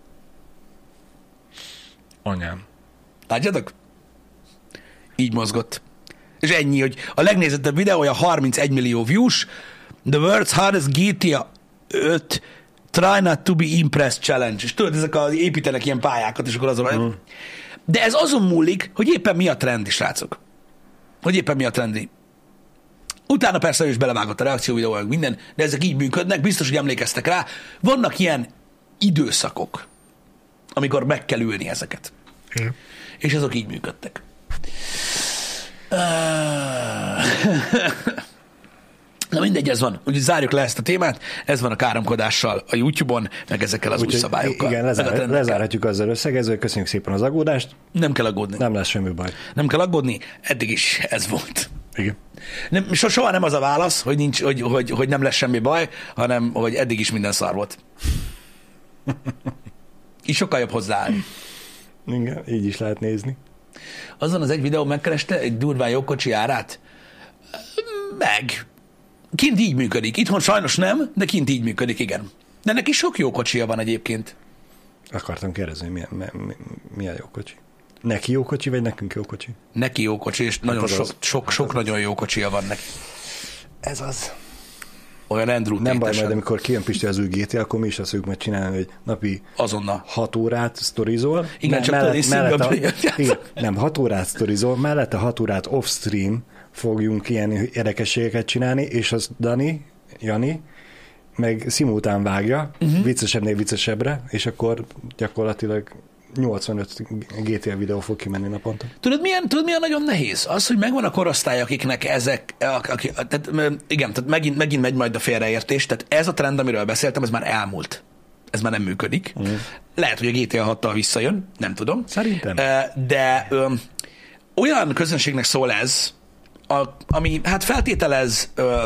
Anyám. Látjátok? Így mozgott. És ennyi, hogy a legnézettebb videója harmincegy millió views, The World's Hardest gé té á öt Try Not To Be Impressed Challenge. És tudod, ezek az építenek ilyen pályákat, és akkor azon... Mm. De ez azon múlik, hogy éppen mi a trendi, srácok. Hogy éppen mi a trendi. Utána persze ő is belevágott a reakció videója, minden, de ezek így működnek, biztos, hogy emlékeztek rá. Vannak ilyen időszakok, amikor meg kell ülni ezeket. Mm. És azok így működtek. Na mindegy, ez van. Úgyhogy zárjuk le ezt a témát. Ez van a káromkodással a YouTube-on, meg ezekkel az Úgy, új szabályokkal. Igen, lezár, lezárhatjuk azzal összegező. Köszönjük szépen az aggódást. Nem kell aggódni. Nem lesz semmi baj. Nem kell aggódni. Eddig is ez volt. Igen. Nem, so, soha nem az a válasz, hogy, nincs, hogy, hogy, hogy nem lesz semmi baj, hanem hogy eddig is minden szar volt. Így sokkal jobb hozzáállni. Igen, így is lehet nézni. Azon az egy videó megkereste egy durván jó kocsi árát? Meg. Kint így működik. Itthon sajnos nem, de kint így működik, igen. De neki sok jó kocsia van egyébként. Akartam kérdezni, milyen, milyen, milyen jó kocsi? Neki jó kocsi, vagy nekünk jó kocsi? Neki jó kocsi, és nagyon sok, az, sok, sok nagyon jó kocsia van neki. Ez az. Olyan Andrew Nem baj, majd amikor kijön Pisti az új gé té á, akkor mi is azt fogjuk majd csinálni, hogy napi azonnal hat órát sztorizol. Igen, csak mellett, mellett a, igen, nem, hat órát sztorizol, mellette hat órát off-stream fogjunk ilyen érdekességeket csinálni, és az Dani, Jani, meg szimultán vágja, uh-huh. viccesebbnél viccesebbre, és akkor gyakorlatilag nyolcvanöt gé té á videó fog kimenni naponta. Tudod milyen, tudod, milyen nagyon nehéz? Az, hogy megvan a korosztály, akiknek ezek, akik, tehát, igen, tehát megint, megint megy majd a félreértés, tehát ez a trend, amiről beszéltem, ez már elmúlt. Ez már nem működik. Uh-huh. Lehet, hogy a gé té á hattal visszajön, nem tudom. Szerintem. De ö, olyan közönségnek szól ez, a, ami hát feltételez ö,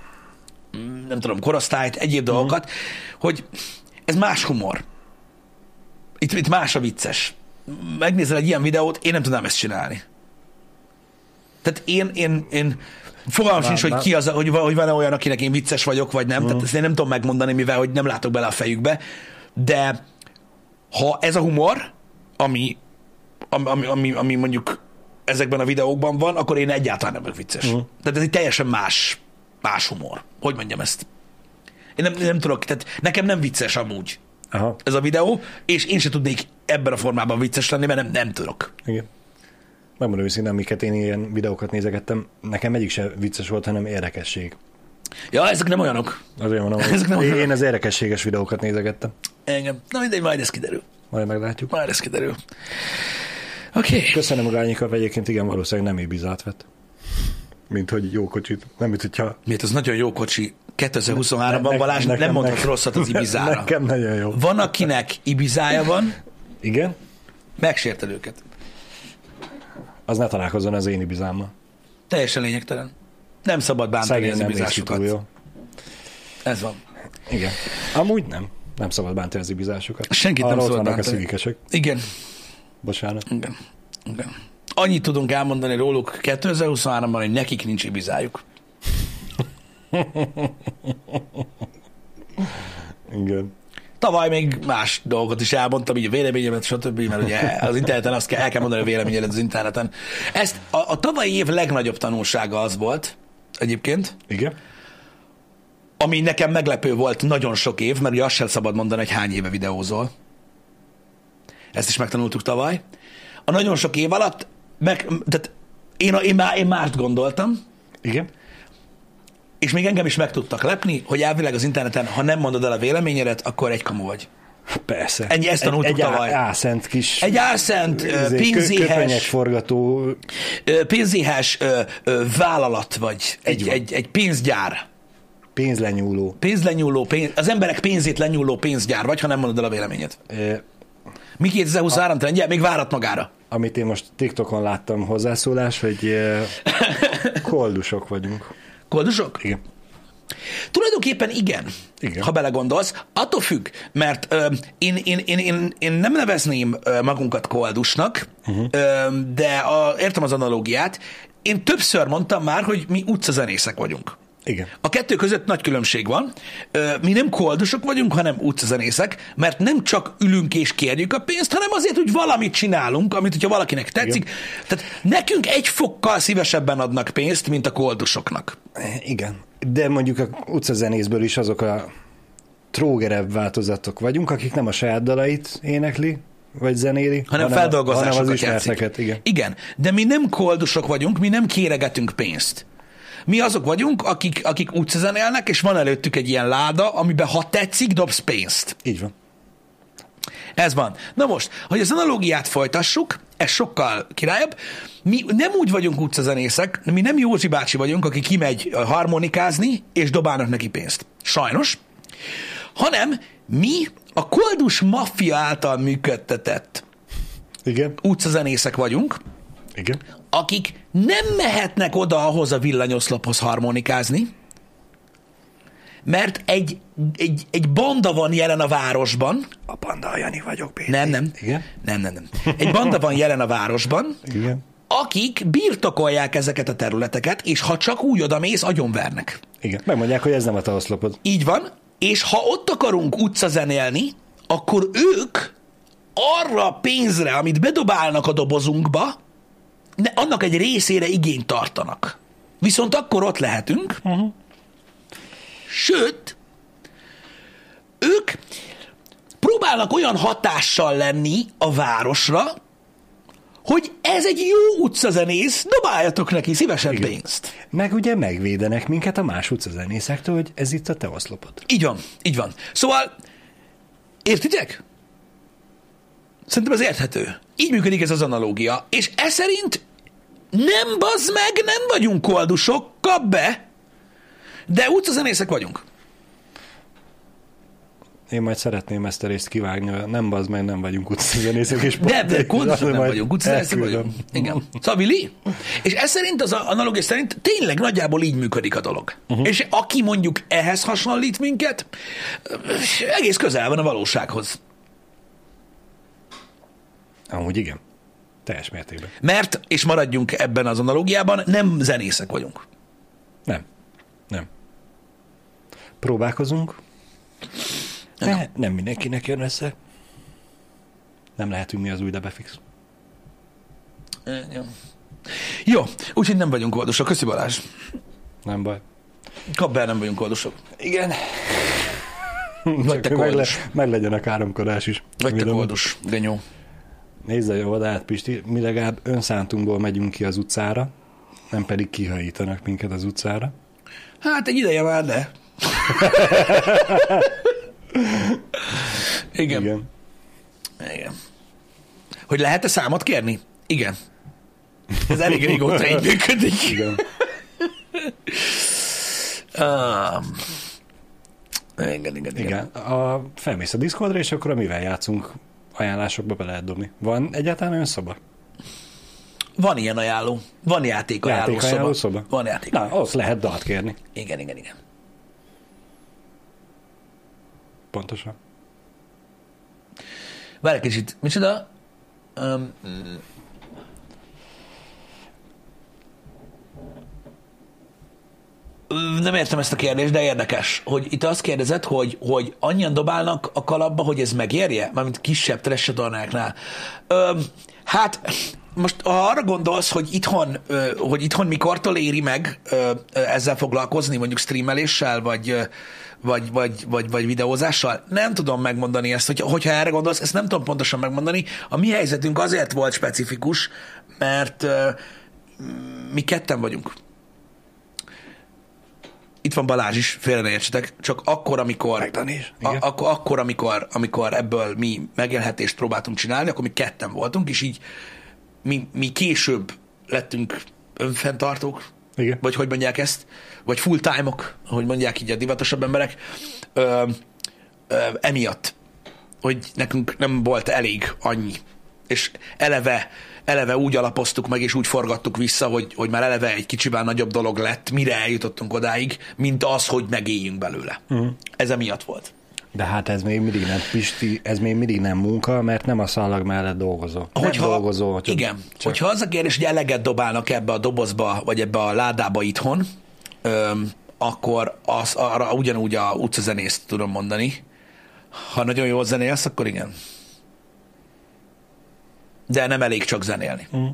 nem tudom, korosztályt, egyéb uh-huh. dolgokat, hogy ez más humor. Itt, itt más a vicces. Megnézel egy ilyen videót, én nem tudnám ezt csinálni. Tehát én, én, én fogalmam sincs, hogy ki az, hogy, hogy van olyan, akinek én vicces vagyok, vagy nem. Mm. Tehát ezt én nem tudom megmondani, mivel hogy nem látok bele a fejükbe. De ha ez a humor, ami, ami, ami, ami mondjuk ezekben a videókban van, akkor én egyáltalán nem vagyok vicces. Mm. Tehát ez egy teljesen más, más humor. Hogy mondjam ezt? Én nem, én nem tudok, tehát nekem nem vicces amúgy. Aha. Ez a videó, és én sem tudnék ebben a formában vicces lenni, mert nem, nem tudok. Igen. Megmondom őszintén, amiket én ilyen videókat nézegettem, nekem egyik sem vicces volt, hanem érdekesség. Ja, ezek nem olyanok. Azért mondom, ezek nem olyanok. Én az érdekességes videókat nézegettem. Engem. Na mindegy, majd ez kiderül. Majd meglátjuk. Majd ez kiderül. Oké. Okay. Köszönöm a Gányikat, egyébként igen, valószínűleg nem Ibizát vett. Mint hogy jó kocsit. Nem, mint hogyha... Miért, az nagyon jó kocsi. kétezer-huszonháromban ne, Balázs nekem, nem mondhat nekem, rosszat az Ibizára. Nekem nagyon jó. Van, akinek Ibizája van. Igen? Megsérted őket. Az ne találkozzon az én Ibizámmal. Teljesen lényegtelen. Nem szabad bántani az Ibizásokat. Ez van. Igen. Amúgy nem. Nem szabad bántani az Ibizásokat. Senkit nem szabad bántani. A szívikesek. Igen. Bocsánat. Igen. Igen. Annyit tudunk elmondani róluk kétezer-huszonháromban, hogy nekik nincs Ibizájuk. Igen. Tavaly még más dolgot is elmondtam, így a véleményemet, stb., mert ugye az interneten azt kell, el kell mondani a véleményedet az interneten. Ezt a, a tavalyi év legnagyobb tanulsága az volt, egyébként. Igen. Ami nekem meglepő volt nagyon sok év, mert ugye azt sem szabad mondani, hogy hány éve videózol. Ezt is megtanultuk tavaly. A nagyon sok év alatt, meg, tehát én, én, már, én mást gondoltam. Igen. És még engem is meg tudtak lepni, hogy elvileg az interneten, ha nem mondod el a véleményedet, akkor egy kamu vagy. Persze. Ennyi, ezt tanultuk egy, tavaly. Egy álszent kis... Egy álszent, pénzéhes... forgató... Pénzéhes vállalat vagy. Egy, egy, egy pénzgyár. pénzlenyúló. Pénzlenyúló, pénz, az emberek pénzét lenyúló pénzgyár vagy, ha nem mondod el a véleményed. E, Mi kétezer-huszonhárom trendje? Még várat magára. amit én most TikTokon láttam hozzászólás, hogy e, koldusok vagyunk. Koldusok? Igen. Tulajdonképpen igen, Igen. ha belegondolsz. Attól függ, mert ö, én, én, én, én, én nem nevezném ö, magunkat koldusnak, uh-huh. ö, de a, értem az analógiát. Én többször mondtam már, hogy mi utcazenészek vagyunk. Igen. A kettő között nagy különbség van. Mi nem koldusok vagyunk, hanem utcazenészek, mert nem csak ülünk és kérjük a pénzt, hanem azért, hogy valamit csinálunk, amit, hogyha valakinek tetszik. Igen. Tehát nekünk egy fokkal szívesebben adnak pénzt, mint a koldusoknak. Igen. De mondjuk a utcazenészből is azok a trógerebb változatok vagyunk, akik nem a saját dalait énekli, vagy zenéli, hanem, hanem feldolgozásokat hanem az ismerteket. Igen. Igen, de mi nem koldusok vagyunk, mi nem kéregetünk pénzt. Mi azok vagyunk, akik, akik utcazenélnek, és van előttük egy ilyen láda, amiben ha tetszik, dobsz pénzt. Így van. Ez van. Na most, hogy az analógiát folytassuk, ez sokkal királyabb. Mi nem úgy vagyunk utcazenészek, mi nem Józsi bácsi vagyunk, aki kimegy harmonikázni, és dobálnak neki pénzt. Sajnos. Hanem mi a koldus maffia által működtetett Igen. utcazenészek vagyunk, Igen. akik nem mehetnek oda ahhoz a villanyoszlophoz harmonikázni, mert egy, egy, egy banda van jelen a városban. A banda Jani vagyok, Péter. Nem, nem. Igen. Nem, nem, nem. Egy banda van jelen a városban, Igen. akik birtokolják ezeket a területeket, és ha csak úgy odamész, agyonvernek. Igen. Megmondják, hogy ez nem a te oszlopod. Így van, és ha ott akarunk utcazenélni, akkor ők arra a pénzre, amit bedobálnak a dobozunkba, ne, annak egy részére igényt tartanak. Viszont akkor ott lehetünk, uh-huh. Sőt, ők próbálnak olyan hatással lenni a városra, hogy ez egy jó utcazenész, dobáljatok neki szívesen Igen. pénzt. Meg ugye megvédenek minket a más utcazenészektől, hogy ez itt a te oszlopod. Így van, így van. Szóval, értitek? Szerintem ez érthető. Így működik ez az analógia. És ez szerint nem bazd meg, nem vagyunk koldusok, kap be, de utcazenészek vagyunk. Én majd szeretném ezt a részt kivágni, nem bazd meg, nem vagyunk utcazenészek. És De, de koldusok nem vagyunk, utcazenészek elküldöm. vagyunk. Igen. Szóval Vili? És ez szerint, az analógia szerint tényleg nagyjából így működik a dolog. Uh-huh. És aki mondjuk ehhez hasonlít minket, egész közel van a valósághoz. Amúgy igen. Teljes mértékben. Mert, és maradjunk ebben az analógiában, nem zenészek vagyunk. Nem. Nem. Próbálkozunk. De nem mindenkinek jön össze. Nem lehetünk mi az új Debefix. Jó, Jó úgyhogy nem vagyunk koldusok. Köszi Balázs. Nem baj. Kap be, nem vagyunk koldusok. Igen. Vagy te meg, le, koldus. meg legyen a káromkodás is. Vagy te Tudom. koldus. Genyó. Nézd a jó át, Pisti. Mi legalább önszántunkból megyünk ki az utcára, nem pedig kihajítanak minket az utcára. Hát egy ideje már, de. Igen. Igen. Igen. Hogy lehet-e számot kérni? Igen. Ez elég régóta így működik. Igen. Um, igen, igen, igen. Igen. A, felmész a Discordra, és akkor mivel játszunk? Ajánlásokba be lehet dobni. Van egyáltalán olyan szoba? Van ilyen ajánló. Van játékajánló Játékajánló szoba. szoba? Van játék. Na, ott lehet dalt kérni. Igen, igen, igen. Pontosan. Várj egy kicsit. Micsoda? Um, nem értem ezt a kérdést, de érdekes, hogy itt azt kérdezed, hogy, hogy annyian dobálnak a kalapba, hogy ez megérje? Mármint kisebb trash csatornáknál. Öm, hát most ha arra gondolsz, hogy itthon, ö, hogy itthon mikortól éri meg ö, ö, ezzel foglalkozni, mondjuk streameléssel, vagy, ö, vagy, vagy, vagy, vagy videózással, nem tudom megmondani ezt, hogyha, hogyha erre gondolsz, ezt nem tudom pontosan megmondani. A mi helyzetünk azért volt specifikus, mert ö, mi ketten vagyunk. Itt van Balázs is, félre ne értsetek, csak akkor, amikor, is, a, akkor, akkor amikor, amikor ebből mi megélhetést próbáltunk csinálni, akkor mi ketten voltunk, és így mi, mi később lettünk önfenntartók, Igen. vagy hogy mondják ezt, vagy full time-ok, ahogy mondják így a divatosabb emberek, ö, ö, emiatt, hogy nekünk nem volt elég annyi. És eleve, eleve úgy alapoztuk meg, és úgy forgattuk vissza, hogy, hogy már eleve egy kicsivel nagyobb dolog lett, mire eljutottunk odáig, mint az, hogy megéljünk belőle. Uh-huh. Ez emiatt volt. De hát ez még mindig nem, Pisti, ez még mindig nem munka, mert nem a szallag mellett dolgozol. Hogyha, dolgozol csak, igen, csak. hogyha az a kérdés, hogy eleget dobálnak ebbe a dobozba, vagy ebbe a ládába itthon, öm, akkor az, arra ugyanúgy a utcazenészt tudom mondani. Ha nagyon jól zenélsz, akkor igen. De nem elég csak zenélni. Mm.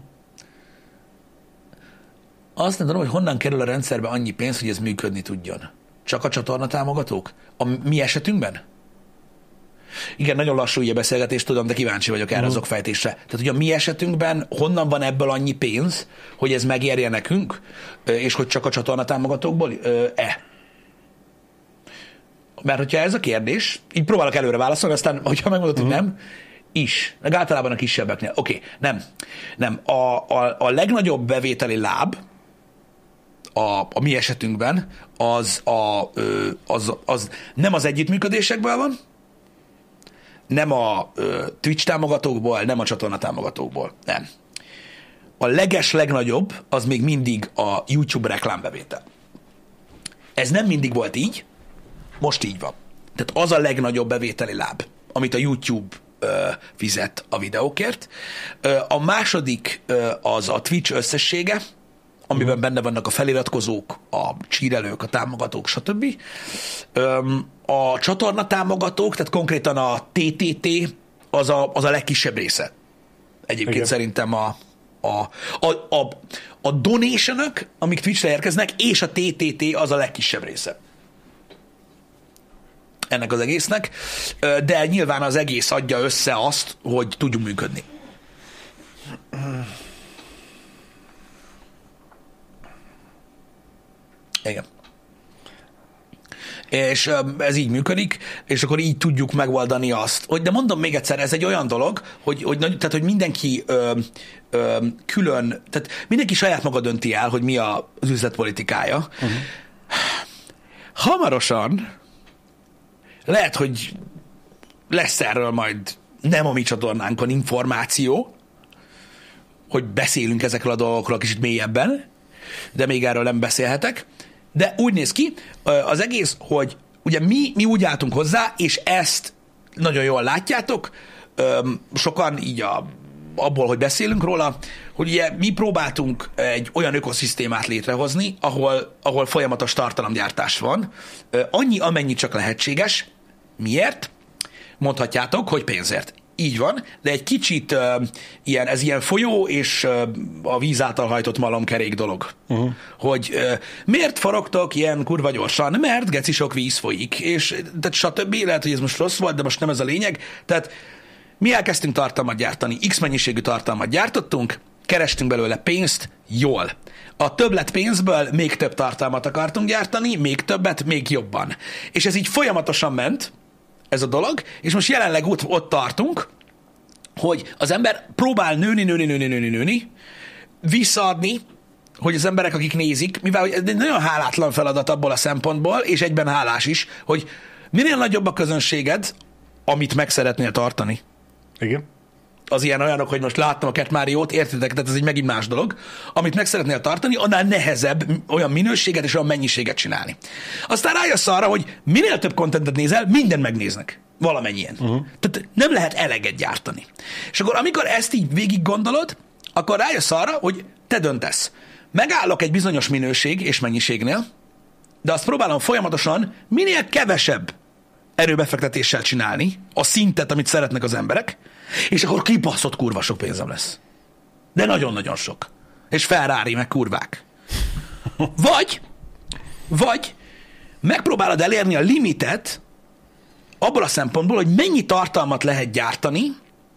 Azt nem tudom, hogy honnan kerül a rendszerbe annyi pénz, hogy ez működni tudjon. Csak a csatornatámogatók? A mi esetünkben? Igen, nagyon lassú így a beszélgetés, tudom, de kíváncsi vagyok erre mm. az okfejtésre. Tehát, hogy a mi esetünkben honnan van ebből annyi pénz, hogy ez megérje nekünk, és hogy csak a csatornatámogatókból? E. Mert hogyha ez a kérdés, így próbálok előre válaszolni, aztán, hogyha megmondod, mm. hogy nem, is. Meg általában a kisebbeknél. Oké, okay, nem. Nem. A, a, a legnagyobb bevételi láb a, a mi esetünkben az, a, az, az nem az együttműködésekből van, nem a Twitch támogatókból, nem a csatorna támogatókból. Nem. A leges legnagyobb az még mindig a YouTube reklámbevétel. Ez nem mindig volt így, most így van. Tehát az a legnagyobb bevételi láb, amit a YouTube fizet a videókért. A második az a Twitch összessége, amiben uh-huh. benne vannak a feliratkozók, a csírelők, a támogatók, stb. A csatorna támogatók, tehát konkrétan a té té té az a, az a legkisebb része. Egyébként igen. Szerintem a, a, a, a, a donation-ök, amik Twitchre érkeznek, és a té té té az a legkisebb része ennek az egésznek, de nyilván az egész adja össze azt, hogy tudjunk működni. Igen. És ez így működik, és akkor így tudjuk megoldani azt, hogy de mondom még egyszer, ez egy olyan dolog, hogy, hogy, tehát, hogy mindenki ö, ö, külön, tehát mindenki saját maga dönti el, hogy mi a, az üzletpolitikája. Uh-huh. Hamarosan lehet, hogy lesz erről majd nem a mi csatornánkon információ, hogy beszélünk ezekről a dolgokról kicsit mélyebben, de még erről nem beszélhetek. De úgy néz ki az egész, hogy ugye mi, mi úgy álltunk hozzá, és ezt nagyon jól látjátok, sokan így a, abból, hogy beszélünk róla, hogy ugye mi próbáltunk egy olyan ökoszisztémát létrehozni, ahol, ahol folyamatos tartalomgyártás van, annyi, amennyi csak lehetséges. Miért? Mondhatjátok, hogy pénzért. Így van, de egy kicsit uh, ilyen, ez ilyen folyó és uh, a víz által hajtott malomkerék dolog. Uh-huh. Hogy uh, miért forogtok ilyen kurva gyorsan? Mert geci sok víz folyik, és tehát stb. Lehet, hogy ez most rossz volt, de most nem ez a lényeg. Tehát mi elkezdtünk tartalmat gyártani, X mennyiségű tartalmat gyártottunk, kerestünk belőle pénzt, jól. A többlet pénzből még több tartalmat akartunk gyártani, még többet, még jobban. És ez így folyamatosan ment, ez a dolog, és most jelenleg ott, ott tartunk, hogy az ember próbál nőni, nőni, nőni, nőni, nőni, visszaadni, hogy az emberek, akik nézik, mivel ez egy nagyon hálátlan feladat abból a szempontból, és egyben hálás is, hogy minél nagyobb a közönséged, amit meg szeretnél tartani. Igen. Az ilyen olyanok, hogy most láttam a Cat Mario-t, értitek, tehát ez egy megint más dolog, amit meg szeretnél tartani, annál nehezebb olyan minőséget és olyan mennyiséget csinálni. Aztán rájössz arra, hogy minél több kontentet nézel, minden megnéznek. Valamennyien. Uh-huh. Tehát nem lehet eleget gyártani. És akkor amikor ezt így végig gondolod, akkor rájössz arra, hogy te döntesz. Megállok egy bizonyos minőség és mennyiségnél, de azt próbálom folyamatosan minél kevesebb erőbefektetéssel csinálni, a szintet, amit szeretnek az emberek, és akkor kibaszott kurva sok pénzem lesz. De nagyon-nagyon sok. És Ferrari, meg kurvák. Vagy, vagy megpróbálod elérni a limitet abból a szempontból, hogy mennyi tartalmat lehet gyártani,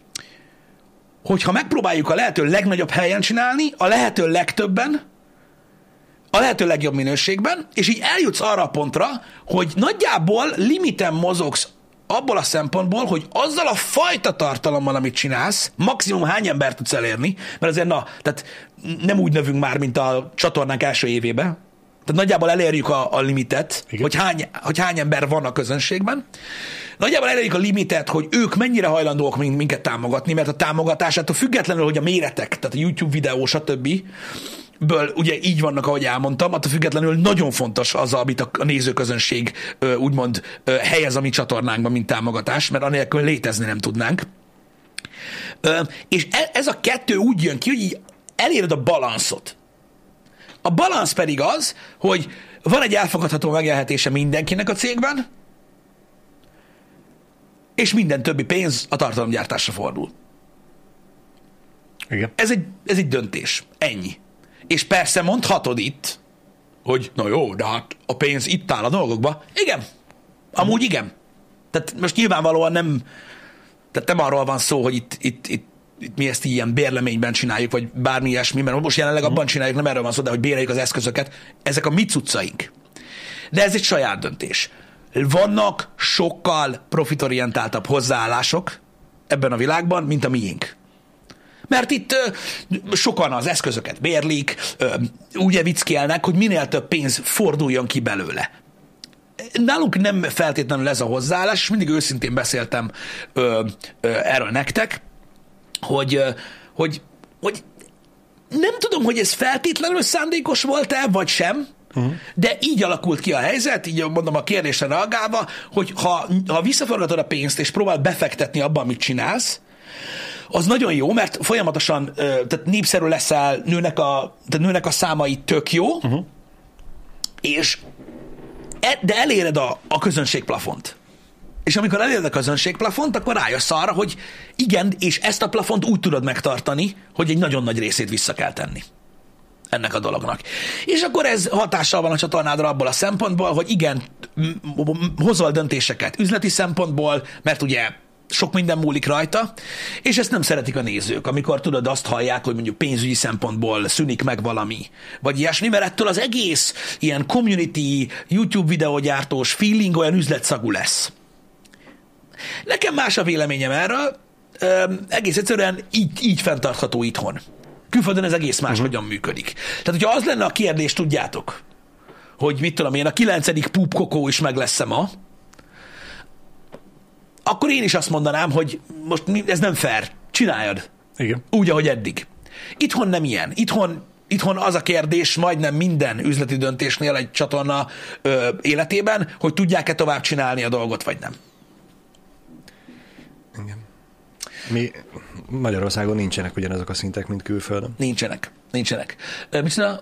hogyha megpróbáljuk a lehető legnagyobb helyen csinálni, a lehető legtöbben, a lehető legjobb minőségben, és így eljutsz arra a pontra, hogy nagyjából limiten mozogsz abból a szempontból, hogy azzal a fajta tartalommal, amit csinálsz, maximum hány embert tudsz elérni, mert azért na, tehát nem úgy növünk már, mint a csatornánk első évében, tehát nagyjából elérjük a, a limitet, hogy hány, hogy hány ember van a közönségben. Nagyjából elérjük a limitet, hogy ők mennyire hajlandóak minket támogatni, mert a támogatásától függetlenül, hogy a méretek, tehát a YouTube videó, stb. Ből ugye így vannak, ahogy elmondtam, attól függetlenül nagyon fontos az, amit a nézőközönség úgymond helyez a mi csatornánkban, mint támogatás, mert anélkül létezni nem tudnánk. És ez a kettő úgy jön ki, hogy így eléred a balanszot. A balansz pedig az, hogy van egy elfogadható megélhetése mindenkinek a cégben, és minden többi pénz a tartalomgyártásra fordul. Igen. Ez egy, ez egy döntés. Ennyi. És persze mondhatod itt, hogy na jó, de hát a pénz itt áll a dolgokba. Igen. Amúgy igen. Tehát most nyilvánvalóan nem, tehát nem arról van szó, hogy itt, itt, itt, itt mi ezt ilyen bérleményben csináljuk, vagy bármi ilyesmi, mert most jelenleg abban csináljuk, nem erről van szó, de hogy béreljük az eszközöket. Ezek a mi cuccaink. De ez egy saját döntés. Vannak sokkal profitorientáltabb hozzáállások ebben a világban, mint a miénk. Mert itt ö, sokan az eszközöket bérlik, ö, úgy evickelnek, hogy minél több pénz forduljon ki belőle. Nálunk nem feltétlenül ez a hozzáállás, és mindig őszintén beszéltem ö, ö, erről nektek, hogy, ö, hogy, hogy nem tudom, hogy ez feltétlenül szándékos volt-e, vagy sem, uh-huh. de így alakult ki a helyzet, így mondom a kérdésre reagálva, hogy ha, ha visszaforgatod a pénzt, és próbál befektetni abba, amit csinálsz, az nagyon jó, mert folyamatosan tehát népszerű leszel, nőnek a, tehát nőnek a számai tök jó, uh-huh. és de eléred a, a közönségplafont. És amikor eléred a közönségplafont, akkor rájössz arra, hogy igen, és ezt a plafont úgy tudod megtartani, hogy egy nagyon nagy részét vissza kell tenni ennek a dolognak. És akkor ez hatással van a csatornádra abból a szempontból, hogy igen, hozol döntéseket üzleti szempontból, mert ugye sok minden múlik rajta, és ezt nem szeretik a nézők, amikor tudod azt hallják, hogy mondjuk pénzügyi szempontból szűnik meg valami, vagy ilyesmi, mert ettől az egész ilyen community, YouTube videógyártós feeling olyan üzletszagú lesz. Nekem más a véleményem erről, Üm, egész egyszerűen így, így fenntartható itthon. Külföldön ez egész más, uh-huh. hogyan működik. Tehát, hogyha az lenne a kérdés, tudjátok, hogy mit tudom én, a kilencedik púpkokó is meg lesz ma, akkor én is azt mondanám, hogy most ez nem fair, csináljad. Igen. Úgy, ahogy eddig. Itthon nem ilyen. Itthon, itthon az a kérdés majdnem minden üzleti döntésnél egy csatorna ö, életében, hogy tudják-e tovább csinálni a dolgot, vagy nem. Igen. Mi Magyarországon nincsenek ugyanazok a szintek, mint külföldön. Nincsenek. Nincsenek. Mit csinál?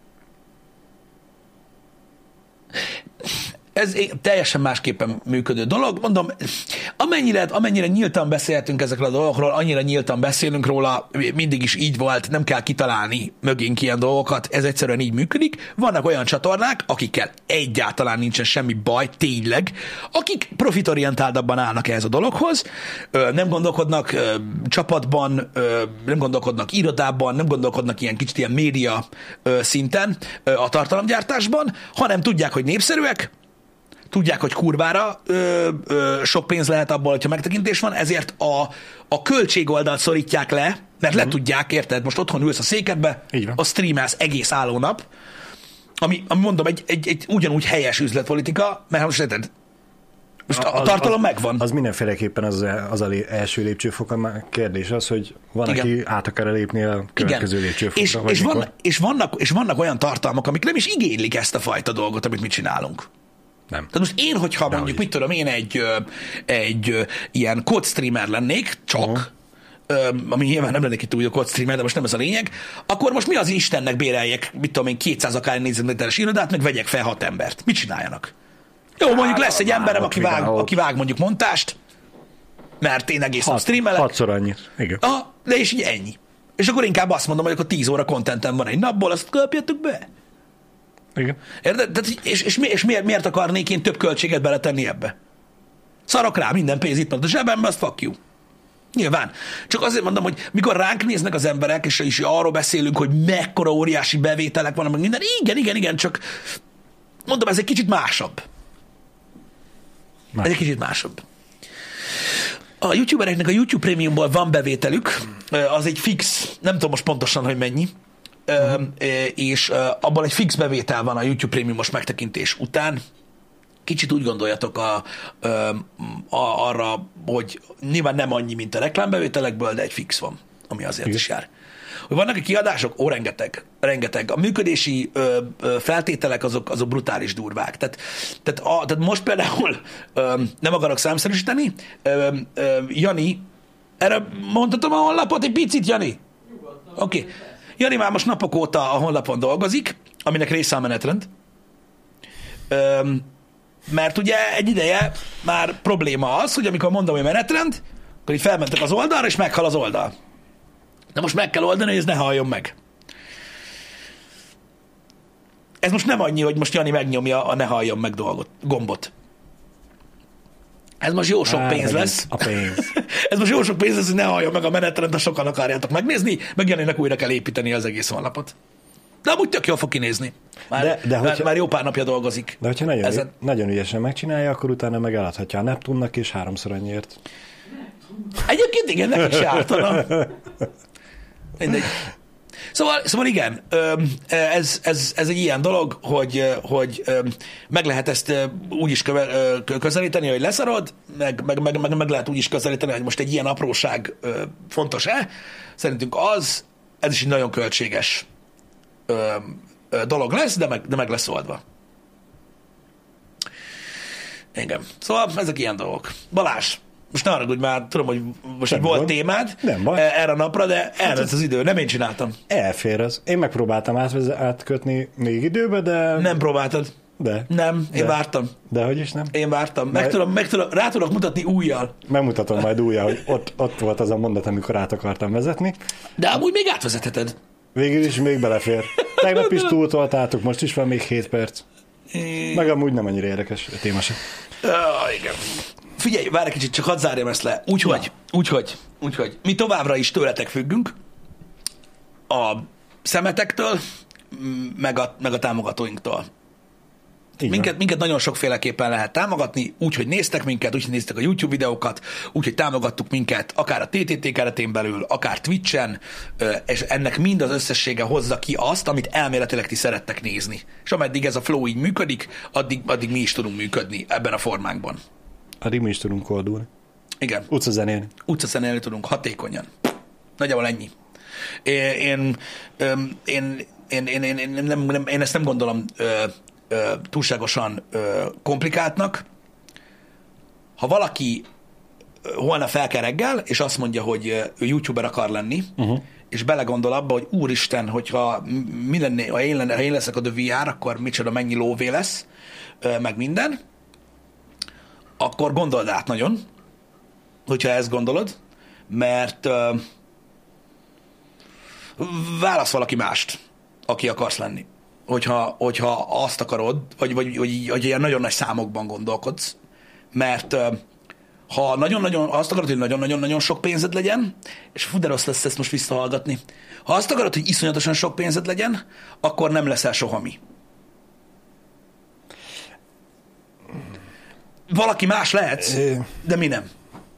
Ez teljesen másképpen működő dolog. Mondom, amennyire, amennyire nyíltan beszéltünk ezekről a dolgokról, annyira nyíltan beszélünk róla, mindig is így volt, nem kell kitalálni mögénk ilyen dolgokat, ez egyszerűen így működik. Vannak olyan csatornák, akikkel egyáltalán nincsen semmi baj, tényleg, akik profitorientáltabban állnak ehhez a dologhoz, nem gondolkodnak csapatban, nem gondolkodnak irodában, nem gondolkodnak ilyen kicsit ilyen média szinten a tartalomgyártásban, hanem tudják, hogy népszerűek, tudják, hogy kurvára ö, ö, sok pénz lehet abból, hogyha megtekintés van, ezért a, a költségoldalt szorítják le, mert uh-huh. le tudják, érted? Most otthon ülsz a székedbe, a streamelsz egész álló nap, ami, ami mondom, egy, egy, egy ugyanúgy helyes üzletpolitika, mert most érted, most a, a tartalom az, megvan. Az mindenféleképpen az, az az első lépcsőfok, a kérdés az, hogy van, igen. aki át akar lépni a következő igen. lépcsőfokra. És, és, van, és, vannak, és vannak olyan tartalmak, amik nem is igénylik ezt a fajta dolgot, amit mi csinálunk. Nem. Tehát most én, hogyha nem mondjuk, mit tudom, én egy, egy ilyen code streamer lennék, csak, uh-huh. ami nyilván nem lennék itt úgy a code streamer, de most nem ez a lényeg, akkor most mi az Istennek béreljek, mit tudom én, kétszáz akár négyzetméteres irodát, meg vegyek fel hat embert. Mit csináljanak? Jó, mondjuk lesz egy emberem, aki vág, aki vág mondjuk montást, mert én egész nap streamelek. Hatszor annyi. Igen. Ah, de és így ennyi. És akkor inkább azt mondom, hogy akkor tíz óra contentem van egy napból, azt kapjatok be. Igen. Érde? És, és, és, és miért, miért akarnék én több költséget beletenni ebbe? Szarok rá, minden pénz itt van a zsebemben, azt fuck you. Nyilván. Csak azért mondom, hogy mikor ránk néznek az emberek, és, és arról beszélünk, hogy mekkora óriási bevételek vannak, meg minden, igen, igen, igen, csak mondom, ez egy kicsit másabb. Más. Ez egy kicsit másabb. A youtubereknek a YouTube Premiumból van bevételük, az egy fix, nem tudom most pontosan, hogy mennyi, uh-huh. és abban egy fix bevétel van a YouTube Premiumos megtekintés után. Kicsit úgy gondoljatok a, a, arra, hogy nyilván nem annyi, mint a reklámbevételekből, de egy fix van, ami azért Igen. is jár. Hogy vannak a kiadások? Ó, rengeteg. Rengeteg. A működési ö, ö, feltételek azok, azok brutális durvák. Tehát, tehát, a, tehát most például ö, nem akarok számszerűsíteni. Ö, ö, Jani, erre mondhatom a honlapot egy picit, Jani? Oké. Okay. Jani már most napok óta a honlapon dolgozik, aminek része a menetrend. Ö, mert ugye egy ideje már probléma az, hogy amikor mondom, hogy menetrend, akkor így felmentek az oldalra, és meghal az oldal. De most meg kell oldani, hogy ez ne halljon meg. Ez most nem annyi, hogy most Jani megnyomja a ne halljon meg dolgot, gombot. Ez most jó sok Á, pénz lesz. A pénz. Ez most jó sok pénz lesz, hogy ne halljon meg a menetrend, ha sokan akarjátok megnézni, meg Janinek újra kell építeni az egész honlapot. De amúgy tök jól fog kinézni. Már, de, de már, hogyha, már jó pár napja dolgozik. De hogyha nagyon, ezen... nagyon ügyesen megcsinálja, akkor utána meg eladhatja a Neptunnak, és háromszor annyiért. Egyébként igen, neki is ártana. Mindegy. Szóval, szóval igen, ez, ez, ez egy ilyen dolog, hogy, hogy meg lehet ezt úgy is közelíteni, hogy leszarod, meg, meg, meg, meg lehet úgy is közelíteni, hogy most egy ilyen apróság fontos-e. Szerintünk az, ez is egy nagyon költséges dolog lesz, de meg, de meg lesz oldva. Igen. Szóval ezek ilyen dolgok. Balázs, most ne haragudj már, tudom, hogy most nem volt van. témád erre a napra, de elment az idő, nem én csináltam. Elfér az. Én megpróbáltam átvez- átkötni még időbe, de... Nem próbáltad. De. Nem, én de. vártam. De hogy is nem? Én vártam. Meg tudom, meg tudom, rá tudok mutatni újjal. Megmutatom majd újjal, hogy ott, ott volt az a mondat, amikor át akartam vezetni. De amúgy még átvezetheted. Végül is még belefér. Tegnap is túltoltátok, most is van még hét perc. Meg amúgy nem annyira érdekes a téma sem. Uh, igen. Figyelj, várj egy kicsit, csak hadd zárjam ezt le. Úgyhogy, úgyhogy, úgyhogy. Mi továbbra is tőletek függünk. A szemetektől, meg a, meg a támogatóinktól. Minket, minket nagyon sokféleképpen lehet támogatni, úgyhogy néztek minket, úgyhogy néztek a YouTube videókat, úgyhogy támogattuk minket, akár a té té té keretén belül, akár Twitchen, és ennek mind az összessége hozza ki azt, amit elméletileg ti szerettek nézni. És ameddig ez a flow így működik, addig, addig mi is tudunk működni ebben a formánkban. Addig mi is tudunk koldulni. Igen. Utcazenélni. Utcazenélni tudunk hatékonyan. Nagyjából ennyi. Én, én, én, én, én, én, én, nem, nem, én ezt nem gondolom túlságosan ö, komplikáltnak. Ha valaki holnap fel kell reggel, és azt mondja, hogy ő youtuber akar lenni, uh-huh. és belegondol abba, hogy úristen, hogyha mi lenné, ha én, lenne, ha én leszek a The vé er, akkor micsoda mennyi lóvé lesz, ö, meg minden, akkor gondold át nagyon, hogyha ezt gondolod, mert ö, válasz valaki mást, aki akarsz lenni. Hogyha, hogyha azt akarod, vagy, vagy, vagy, vagy ilyen nagyon nagy számokban gondolkodsz, mert ha nagyon-nagyon, azt akarod, hogy nagyon-nagyon-nagyon sok pénzed legyen, és fú, de rossz lesz ezt most visszahallgatni, ha azt akarod, hogy iszonyatosan sok pénzed legyen, akkor nem leszel soha mi. Valaki más lehetsz, de mi nem.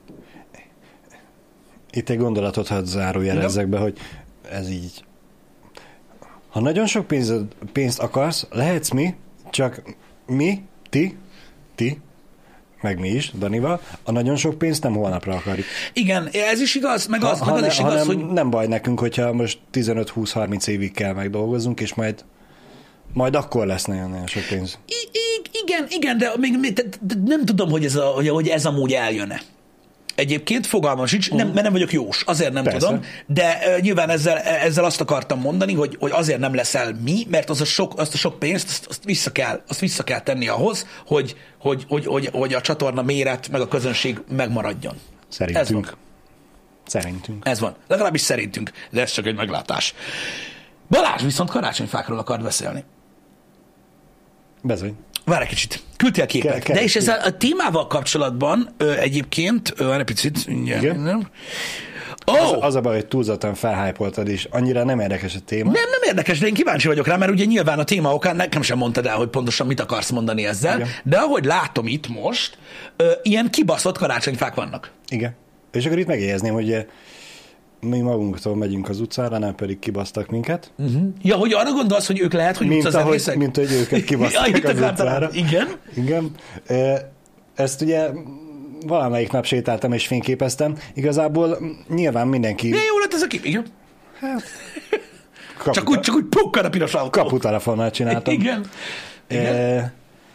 Itt egy gondolatot hadd zárójelezzek be, hogy ez így. Ha nagyon sok pénzt, pénzt akarsz, lehetsz mi, csak mi, ti, ti, meg mi is, Danival, a nagyon sok pénzt nem holnapra akarjuk. Igen, ez is igaz, meg az, ha, meg az ne, is igaz, hogy... hogy... Nem baj nekünk, hogyha most tizenöt húsz harminc évig kell megdolgozunk, és majd, majd akkor lesz nagyon-nagyon sok pénz. I- I- igen, igen, de még, még de, de nem tudom, hogy ez, a, hogy, hogy ez amúgy eljön-e. Egyébként fogalmam sincs, nem, mert nem vagyok jós, azért nem Persze. tudom, de uh, nyilván ezzel, ezzel azt akartam mondani, hogy, hogy azért nem leszel mi, mert az a sok, azt a sok pénzt, azt, azt, vissza kell, azt vissza kell tenni ahhoz, hogy, hogy, hogy, hogy, hogy a csatorna méret, meg a közönség megmaradjon. Szerintünk. Ez van. Szerintünk. Ez van. Legalábbis szerintünk, de ez csak egy meglátás. Balázs viszont karácsonyfákról akart beszélni. Bezony. Várj egy kicsit. Küldtél képet. Ke- ke- De és ezzel a témával kapcsolatban ö, egyébként, várj egy picit, igen. Nem? Oh! Az, az a baj, hogy túlzottan felhájpoltad, és annyira nem érdekes a téma. Nem, nem érdekes, de én kíváncsi vagyok rá, mert ugye nyilván a téma okán nekem sem mondtad el, hogy pontosan mit akarsz mondani ezzel, igen. De ahogy látom itt most, ö, ilyen kibaszott karácsonyfák vannak. Igen. És akkor itt megjegyezném, hogy mi magunktól megyünk az utcára, nem pedig kibasztak minket. Uh-huh. Ja, hogy arra gondolsz, hogy ők lehet, hogy mint utcazenészek? Ahogy, mint hogy őket kibasztak ja, az utcára. Igen. Igen. Ezt ugye valamelyik nap sétáltam és fényképeztem. Igazából nyilván mindenki... Ja, jó lett ez a kép, igen. Hát, kaputa... Csak úgy, csak úgy pukkan a piros autó. Kaputelefonnal csináltam. Igen. igen. E...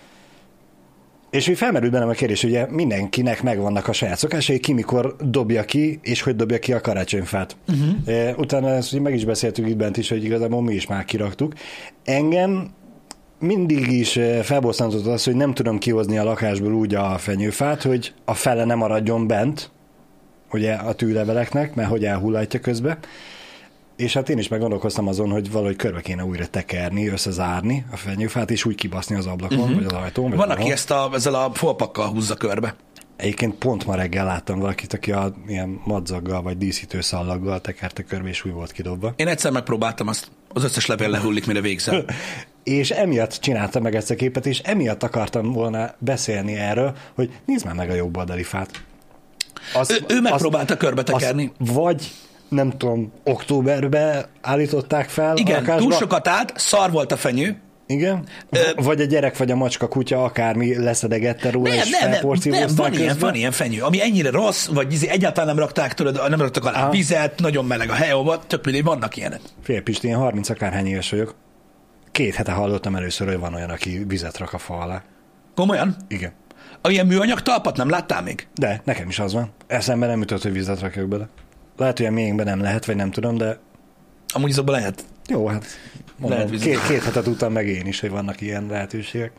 És úgy felmerült bennem a kérdés, ugye mindenkinek megvannak a saját szokásai, ki mikor dobja ki, és hogy dobja ki a karácsonyfát. Uh-huh. E, utána ezt ugye meg is beszéltük itt bent is, hogy igazából mi is már kiraktuk. Engem mindig is felbosszantott az, hogy nem tudom kihozni a lakásból úgy a fenyőfát, hogy a fele nem maradjon bent, ugye a tűleveleknek, mert hogy elhullatja közbe. És hát én is meggondolkoztam azon, hogy valahogy körbe kéne újra tekerni, összezárni a fenyőfát, és úgy kibaszni az ablakon, uh-huh. vagy az ajtón. Vagy Van, valahol. aki ezt a, ezzel a folpakkal húzza körbe. Egyébként pont ma reggel láttam valakit, aki a ilyen madzaggal, vagy díszítőszallaggal tekerte körbe, és úgy volt kidobva. Én egyszer megpróbáltam azt. Az összes levél lehullik, mire végzem. És emiatt csináltam meg ezt a képet, és emiatt akartam volna beszélni erről, hogy nézd már meg a jobb oldali fát. Az, ő, ő megpróbálta körbe tekerni. Vagy nem tudom, októberbe állították fel. Igen, túl sokat állt, szar volt a fenyő. Igen? Ö, vagy a gyerek, vagy a macska, kutya, akármi leszedegette róla, nem, és nem, felporcívózták nem, van közben. ilyen, van ilyen fenyő, ami ennyire rossz, vagy egyáltalán nem rakták, tudod, nem raktak alá Aha. vizet, nagyon meleg a hely, ahol tök mindegy, vannak ilyenek. Fél Pisti, én harminc akárhány éves vagyok. Két hete hallottam először, hogy van olyan, aki vizet rak a fa alá. Komolyan? Igen. A ilyen műanyag talpat nem láttál még? De, nekem is az van. Eszembe nem jutott, hogy vizet rakjak bele. Lehet, hogy a miénkben nem lehet, vagy nem tudom, de... Amúgy azokban lehet. Jó, hát mondom, két, két hetet tudtam meg én is, hogy vannak ilyen lehetőségek.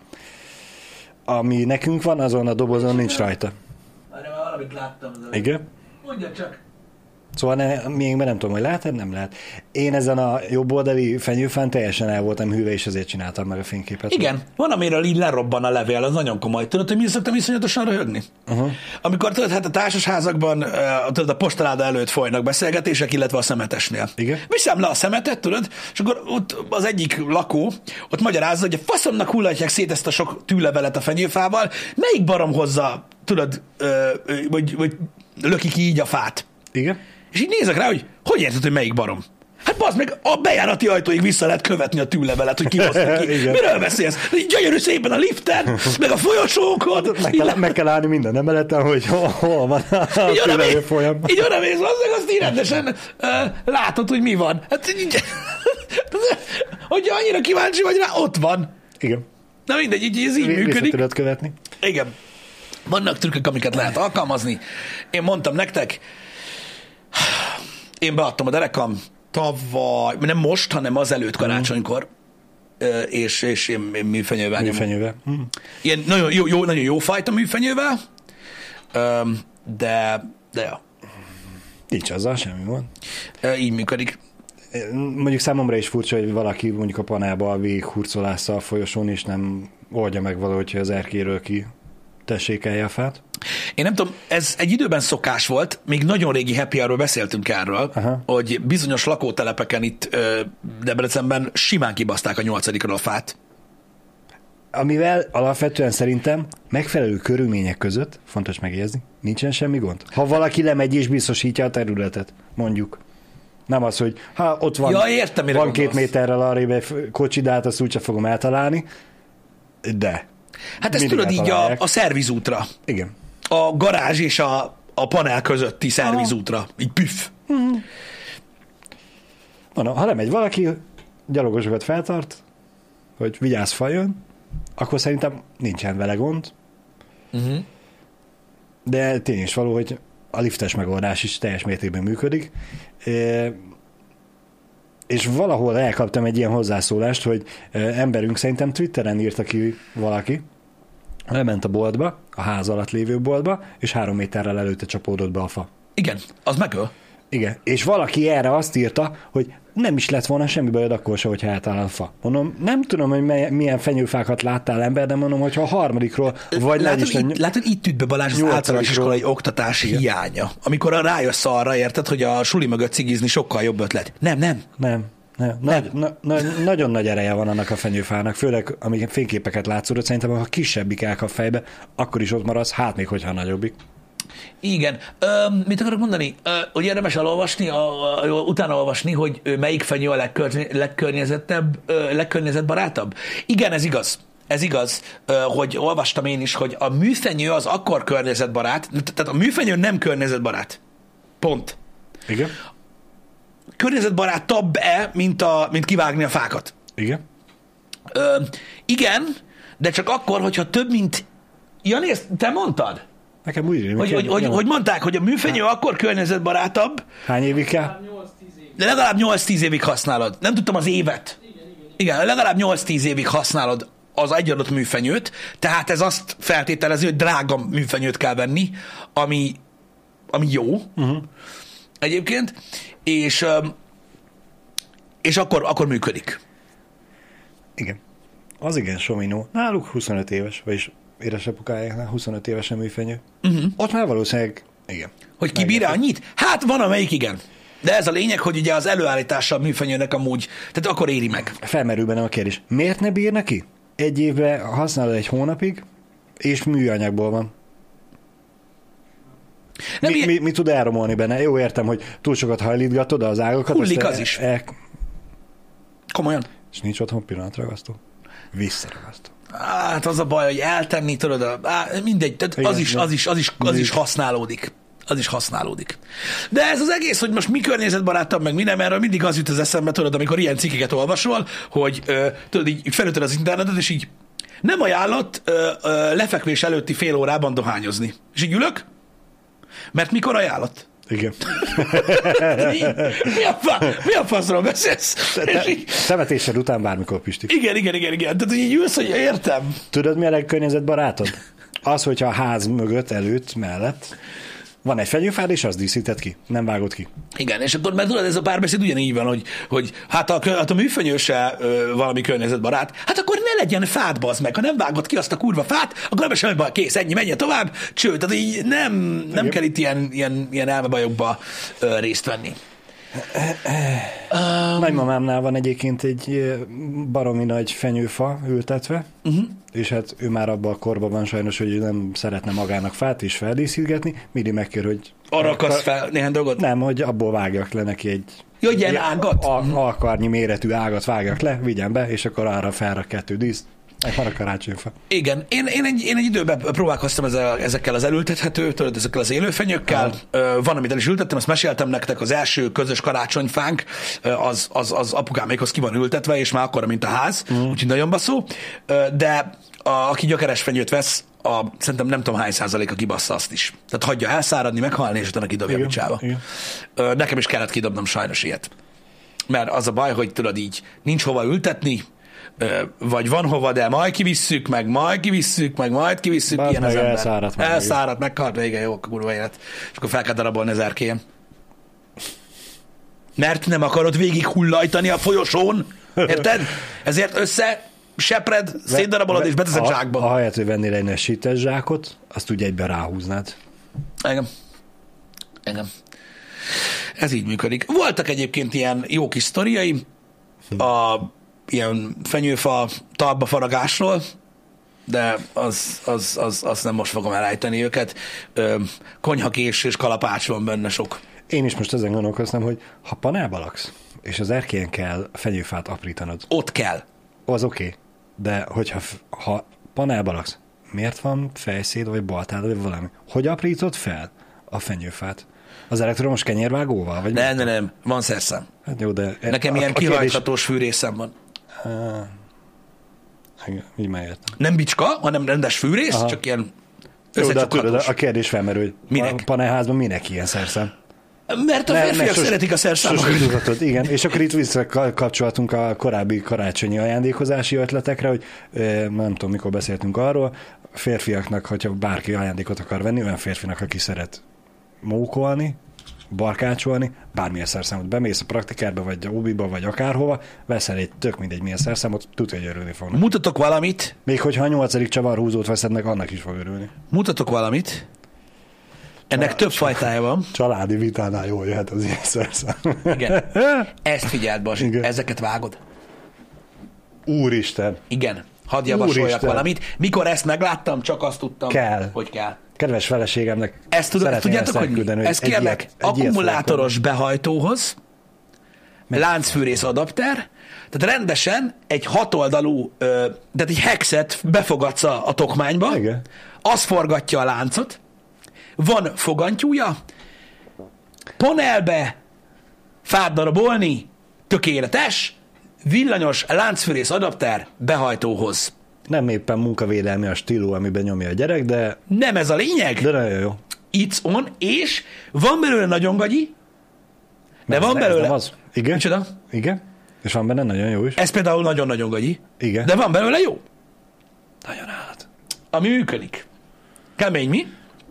Ami nekünk van, azon a dobozon nincs rajta. Várj, már valamit láttam. Az Igen? Mondja csak. Szóval ne, miénkben nem tudom, hogy lehet, nem lehet. Én ezen a jobb oldali fenyőfán teljesen el voltam hűve, és ezért csináltam meg a fényképet. Igen, van, amiről így lerobban a levél, az nagyon komoly. Tudod, hogy mi szoktam iszonyatosan röhögni? Uh-huh. Amikor tudod, hát a társasházakban, tudod, a postaláda előtt folynak beszélgetések, illetve a szemetesnél. Igen. Viszem le a szemetet, tudod, és akkor ott az egyik lakó ott magyarázza, hogy a faszomnak hullatják szét ezt a sok tűlevelet a fenyőfával, melyik barom hozza, tudod, vagy, vagy löki ki így a fát. Igen. És így nézek rá, hogy hogy érted, hogy melyik barom? Hát bazd meg, a bejárati ajtóig vissza lehet követni a tűlevelet, hogy kihozta ki. Miről beszélsz? Így gyönyörű szépen a liften, meg a folyosókon. Meg kell, meg kell állni minden emeleten, hogy hol, hol van a tűlevő folyam. Így oda mész, azt így rendesen uh, látod, hogy mi van. Hát így, hogyha annyira kíváncsi vagy rá, ott van. Igen. Na mindegy, így, ez így Vissza működik. tudod követni. Igen. Vannak trükkök, amiket lehet alkalmazni. Én mondtam nektek, én beadtam a derekam tavaly, nem most, hanem az előtt karácsonykor, és, és én, én műfenyővel nyomom. Műfenyővel. Hm. Ilyen nagyon jó, jó, nagyon jó fajta műfenyővel, de, de ja. Nincs azzal, semmi van. Így működik. Mondjuk számomra is furcsa, hogy valaki mondjuk a panelba végig hurcolásza a folyosón, és nem oldja meg valahogy, hogy az erkéről ki tessékelje a fát. Én nem tudom, ez egy időben szokás volt, még nagyon régi happy hour-ról beszéltünk erről, Aha. hogy bizonyos lakótelepeken itt ö, Debrecenben simán kibaszták a nyolcadikról a fát. Amivel alapvetően szerintem megfelelő körülmények között, fontos megjegyezni, nincsen semmi gond. Ha valaki lemegy és biztosítja a területet, mondjuk. Nem az, hogy ha ott van, ja, értem, van gondolsz. két méterrel arrébb egy kocsi, de hát azt úgyse fogom eltalálni, de. Hát ezt tudod így a, a szervizútra. Igen. A garázs és a, a panel közötti szervizútra. Aha. Így püff. Mm. Mondom, ha lemegy valaki, gyalogosokat feltart, hogy vigyázz, faljon, akkor szerintem nincsen vele gond. Uh-huh. De tény is való, hogy a liftes megoldás is teljes mértékben működik. E- és valahol elkaptam egy ilyen hozzászólást, hogy emberünk szerintem Twitteren írta ki valaki, lement a boltba, a ház alatt lévő boltba, és három méterrel előtte csapódott be a fa. Igen, az megöl. Igen, és valaki erre azt írta, hogy nem is lett volna semmi bajod akkor se, hogyha eltalál a fa. Mondom, nem tudom, hogy mely, milyen fenyőfákat láttál ember, de mondom, hogyha a harmadikról, vagy látod, Isten, itt, látod, itt üt be Balázs az általános iskolai oktatás igen. hiánya. Amikor rájössz arra, érted, hogy a suli mögött cigizni sokkal jobb ötlet. Nem, nem. Nem. Nem. Nagy, na, na, nagyon nagy ereje van annak a fenyőfának, főleg amikor fényképeket látszódott, szerintem ha kisebbik elkap fejbe, akkor is ott maradsz, hát még hogyha nagyobbik. Igen. Ö, mit akarok mondani? Ö, hogy érdemes elolvasni, a, a, utána olvasni, hogy melyik fenyő a legkör, legkörnyezettebb, ö, legkörnyezetbarátabb? Igen, ez igaz. Ez igaz, hogy olvastam én is, hogy a műfenyő az akkor környezetbarát, tehát a műfenyő nem környezetbarát. Pont. Igen. Környezetbarátabb-e, mint, a, mint kivágni a fákat? Igen. Ö, igen, de csak akkor, hogyha több, mint... Jani, ezt te mondtad? Nekem úgy írni, hogy, hogy, hogy, hogy mondták, hogy a műfenyő hát. akkor környezetbarátabb. Hány évig kell? De legalább nyolc-tíz évig használod. Nem tudtam az évet. Igen, igen, igen. legalább nyolc-tíz évig használod az egy adott műfenyőt, tehát ez azt feltételezi, hogy drága műfenyőt kell venni, ami, ami jó uh-huh. egyébként, és, és akkor, akkor működik. Igen. Az igen, Sominó. Náluk huszonöt éves, vagyis édesapukájáknál huszonöt éves a műfenyő. Uh-huh. Ott már valószínűleg, igen. Hogy ki bír annyit? Hát van, amelyik igen. De ez a lényeg, hogy ugye az előállítása a műfenyőnek amúgy, tehát akkor éri meg. Felmerül bennem a kérdés. Miért ne bír neki? Egy évben használod egy hónapig, és műanyagból van. Mi, mi, mi, mi tud elromolni benne? Jó, értem, hogy túl sokat hajlítgatod az ágakat. Hullik az is. El... Komolyan? És nincs otthon pillanatragasztó? Visszaragasztó. Hát az a baj, hogy eltenni, tudod, á, mindegy, tehát az, is, az, is, az, is, az is használódik. Az is használódik. De ez az egész, hogy most mi környezetbarátabb, meg mi nem, erről mindig az jut az eszembe, tudod, amikor ilyen cikkeket olvasol, hogy ö, tudod, így felütöd az internetet, és így nem ajánlott ö, ö, lefekvés előtti fél órában dohányozni. És így ülök, mert mikor ajánlott? Igen. mi, a fa, mi a faszról beszélsz? Szemetésed után bármikor, Pisti. Igen, igen, igen, igen. Tehát így ülsz, hogy értem. Tudod, mi a legkörnyezetbarátod? Az, hogyha a ház mögött, előtt, mellett van egy fenyőfád, és azt díszíted ki. Nem vágod ki. Igen, és akkor, mert tudod, ez a párbeszéd ugyanígy van, hogy, hogy hát a, hát a műfenyő se ö, valami környezetbarát, hát akkor ne legyen fád, bazd meg. Ha nem vágod ki azt a kurva fát, akkor nem semmi baj, kész, ennyi, menjen tovább. Sőt, tehát így nem, nem kell itt ilyen, ilyen, ilyen elmebajokba ö, részt venni. Um, Nagymamámnál van egyébként egy baromi nagy fenyőfa ültetve, uh-huh. és hát ő már abban a korban van sajnos, hogy ő nem szeretne magának fát is feldíszítgetni, mindig megkér, hogy... Arra akarsz fel néhány dolgot? Nem, hogy abból vágjak le neki egy... Jó, egy ilyen ágat? Alkarnyi méretű ágat vágjak le, vigyen be, és akkor arra felrak kettő díszt. Meg van a karácsonyfa. Igen, én, én, egy, én egy időben próbálkoztam ezzel, ezekkel az elültethető, tudod, ezekkel az élőfenyőkkel. Uh, van, amit el is ültettem, azt meséltem nektek, az első közös karácsonyfánk, az, az, az apukámékhoz ki van ültetve, és már akkora, mint a ház, uh. úgyhogy nagyon baszó. De a, aki gyökeres fenyőt vesz, a, szerintem nem tudom hány százaléka kibassza azt is. Tehát hagyja elszáradni, meghalni, és utána kidobja a bicsába. Nekem is kellett kidobnom sajnos ilyet. Mert az a baj, hogy tudod így, nincs hova ültetni, vagy van hova, de majd kivisszük, meg majd kivisszük, meg majd kivisszük, Bász ilyen az ember. Elszáradt, meg elszáradt, meghalt, vége, jó, a kurva élet. És akkor fel kell darabolni ezerkélyen. Mert nem akarod végig hullajtani a folyosón, érted? Ezért össze sepred, szétdarabolod és beteszed zsákba. Ahelyett, hogy vennél egy nesítes zsákot, azt ugye egyben ráhúznád. Engem. Engem. Ez így működik. Voltak egyébként ilyen jó kis sztoriaim, a ilyen fenyőfa talpba faragásról, de az, az, az, az nem most fogom elállítani őket. Konyhakés és kalapács van benne sok. Én is most ezen gondolkoztam, hogy ha panelba laksz, és az erkélyen kell fenyőfát aprítanod. Ott kell. Az oké, okay. De hogyha ha panelba laksz, miért van fejszéd, vagy baltád, vagy valami? Hogy aprítod fel a fenyőfát? Az elektromos kenyérvágóval? Vagy nem, nem, nem, van szerszám. Hát jó, de... Nekem a, ilyen kihajthatós kérdés... fűrészem van. Ah, így már értem. Nem bicska, hanem rendes fűrész, aha. Csak ilyen összecsukhatós. A kérdés felmerül, hogy minek? A panelházban minek ilyen szerszám? Mert a férfiak sos, szeretik a szerszámokat. Igen, és akkor itt visszakapcsolatunk a korábbi karácsonyi ajándékozási ötletekre, hogy nem tudom, mikor beszéltünk arról, férfiaknak, hogyha bárki ajándékot akar venni, olyan férfinak, aki szeret mókolni, barkácsolni, bármilyen szerszámot bemész a praktikárba, vagy a óbiba, vagy akárhova, veszel egy tök mindegy milyen szerszámot, tudja, hogy örülni fognak. Mutatok valamit. Még hogyha a nyolcadik csavarhúzót veszed meg, annak is fog örülni. Mutatok valamit. Ennek Család, több fajtája van. Családi vitánál jól jöhet az ilyen szerszám. Igen. Ezt figyeld, Basi. Igen. Ezeket vágod. Úristen. Igen. Hadd javasoljak valamit. Mikor ezt megláttam, csak azt tudtam, kell. hogy kell. kedves feleségemnek ezt tudod, tudjátok, hogy elküldeni, ez kérlek, ilyet, akkumulátoros behajtóhoz, láncfűrész adapter, tehát rendesen egy hatoldalú, tehát egy hexet befogadsz a, a tokmányba, igen. Az forgatja a láncot, van fogantyúja, panelbe fát darabolni, tökéletes, villanyos láncfűrész adapter behajtóhoz. Nem éppen munkavédelmi a stíló, amiben nyomja a gyerek, de... Nem ez a lényeg. De nagyon jó. It's on, és van belőle nagyon gagyi, de ez van ne, belőle... Ez az. Igen? Micsoda? Igen. És van benne nagyon jó is. Ez például nagyon-nagyon gagyi. Igen. De van belőle jó. Nagyon állat. Ami működik. Kemény mi?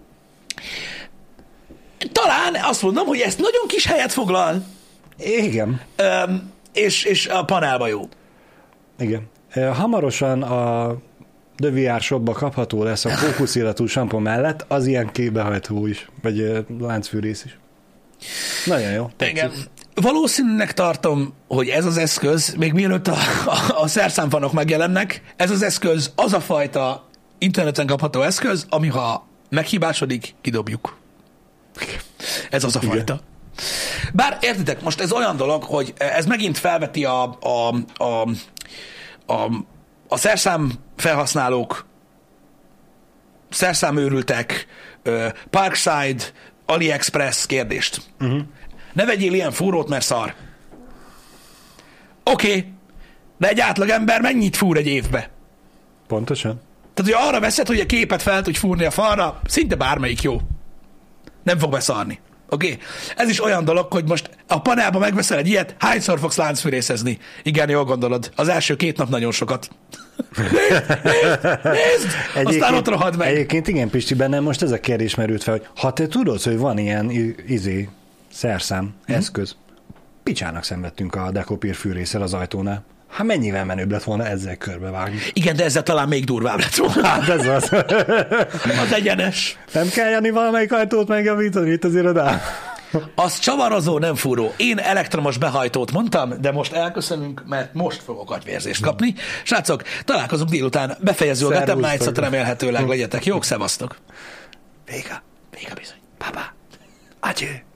Talán azt mondom, hogy ezt nagyon kis helyet foglal. Igen. Öm, és, és a panelba jó. Igen. Hamarosan a The vé er Shopba kapható lesz a fókuszillatú sampó mellett az ilyen képbehajtó is, vagy láncfűrész is. Nagyon jó. Igen. Valószínűleg tartom, hogy ez az eszköz, még mielőtt a, a, a szerszámfanok megjelennek, ez az eszköz az a fajta interneten kapható eszköz, ami ha meghibásodik, kidobjuk. Ez az a fajta. Bár értitek, most ez olyan dolog, hogy ez megint felveti a, a, a, a, a szerszám felhasználók, szerszámőrültek, Parkside, AliExpress kérdést. Uh-huh. Ne vegyél ilyen fúrót, mert szar. Oké, okay, de egy átlagember mennyit fúr egy évbe? Pontosan. Tehát, hogy arra veszed, hogy a képet fel tudj fúrni a falra, szinte bármelyik jó. Nem fog beszarni. Oké? Okay? Ez is olyan dolog, hogy most a panelba megveszel egy ilyet, hányszor fogsz láncfűrészezni? Igen, jól gondolod. Az első két nap nagyon sokat. Nézd, nézd, aztán ott rohad meg. Egyébként igen, Pisti, bennem most ez a kérdés merült fel, hogy ha te tudod, hogy van ilyen izé, szerszám, mm-hmm. eszköz, picsának szenvedtünk a dekopír fűrészel az ajtónál. Hát mennyivel menőbb lett volna ezzel körbevágni? Igen, de ezzel talán még durvább lett volna. Hát ez az. Az egyenes. Nem kell Jani valamelyik ajtót megjavítani itt az irodán? Az csavarozó, nem fúró. Én elektromos behajtót mondtam, de most elköszönünk, mert most fogok agyvérzést kapni. Srácok, találkozunk délután. Befejező a Gotham Knights-ot, remélhetőleg legyetek jók, szevasztok. Vége. Vége bizony. Bye-bye. Adieu.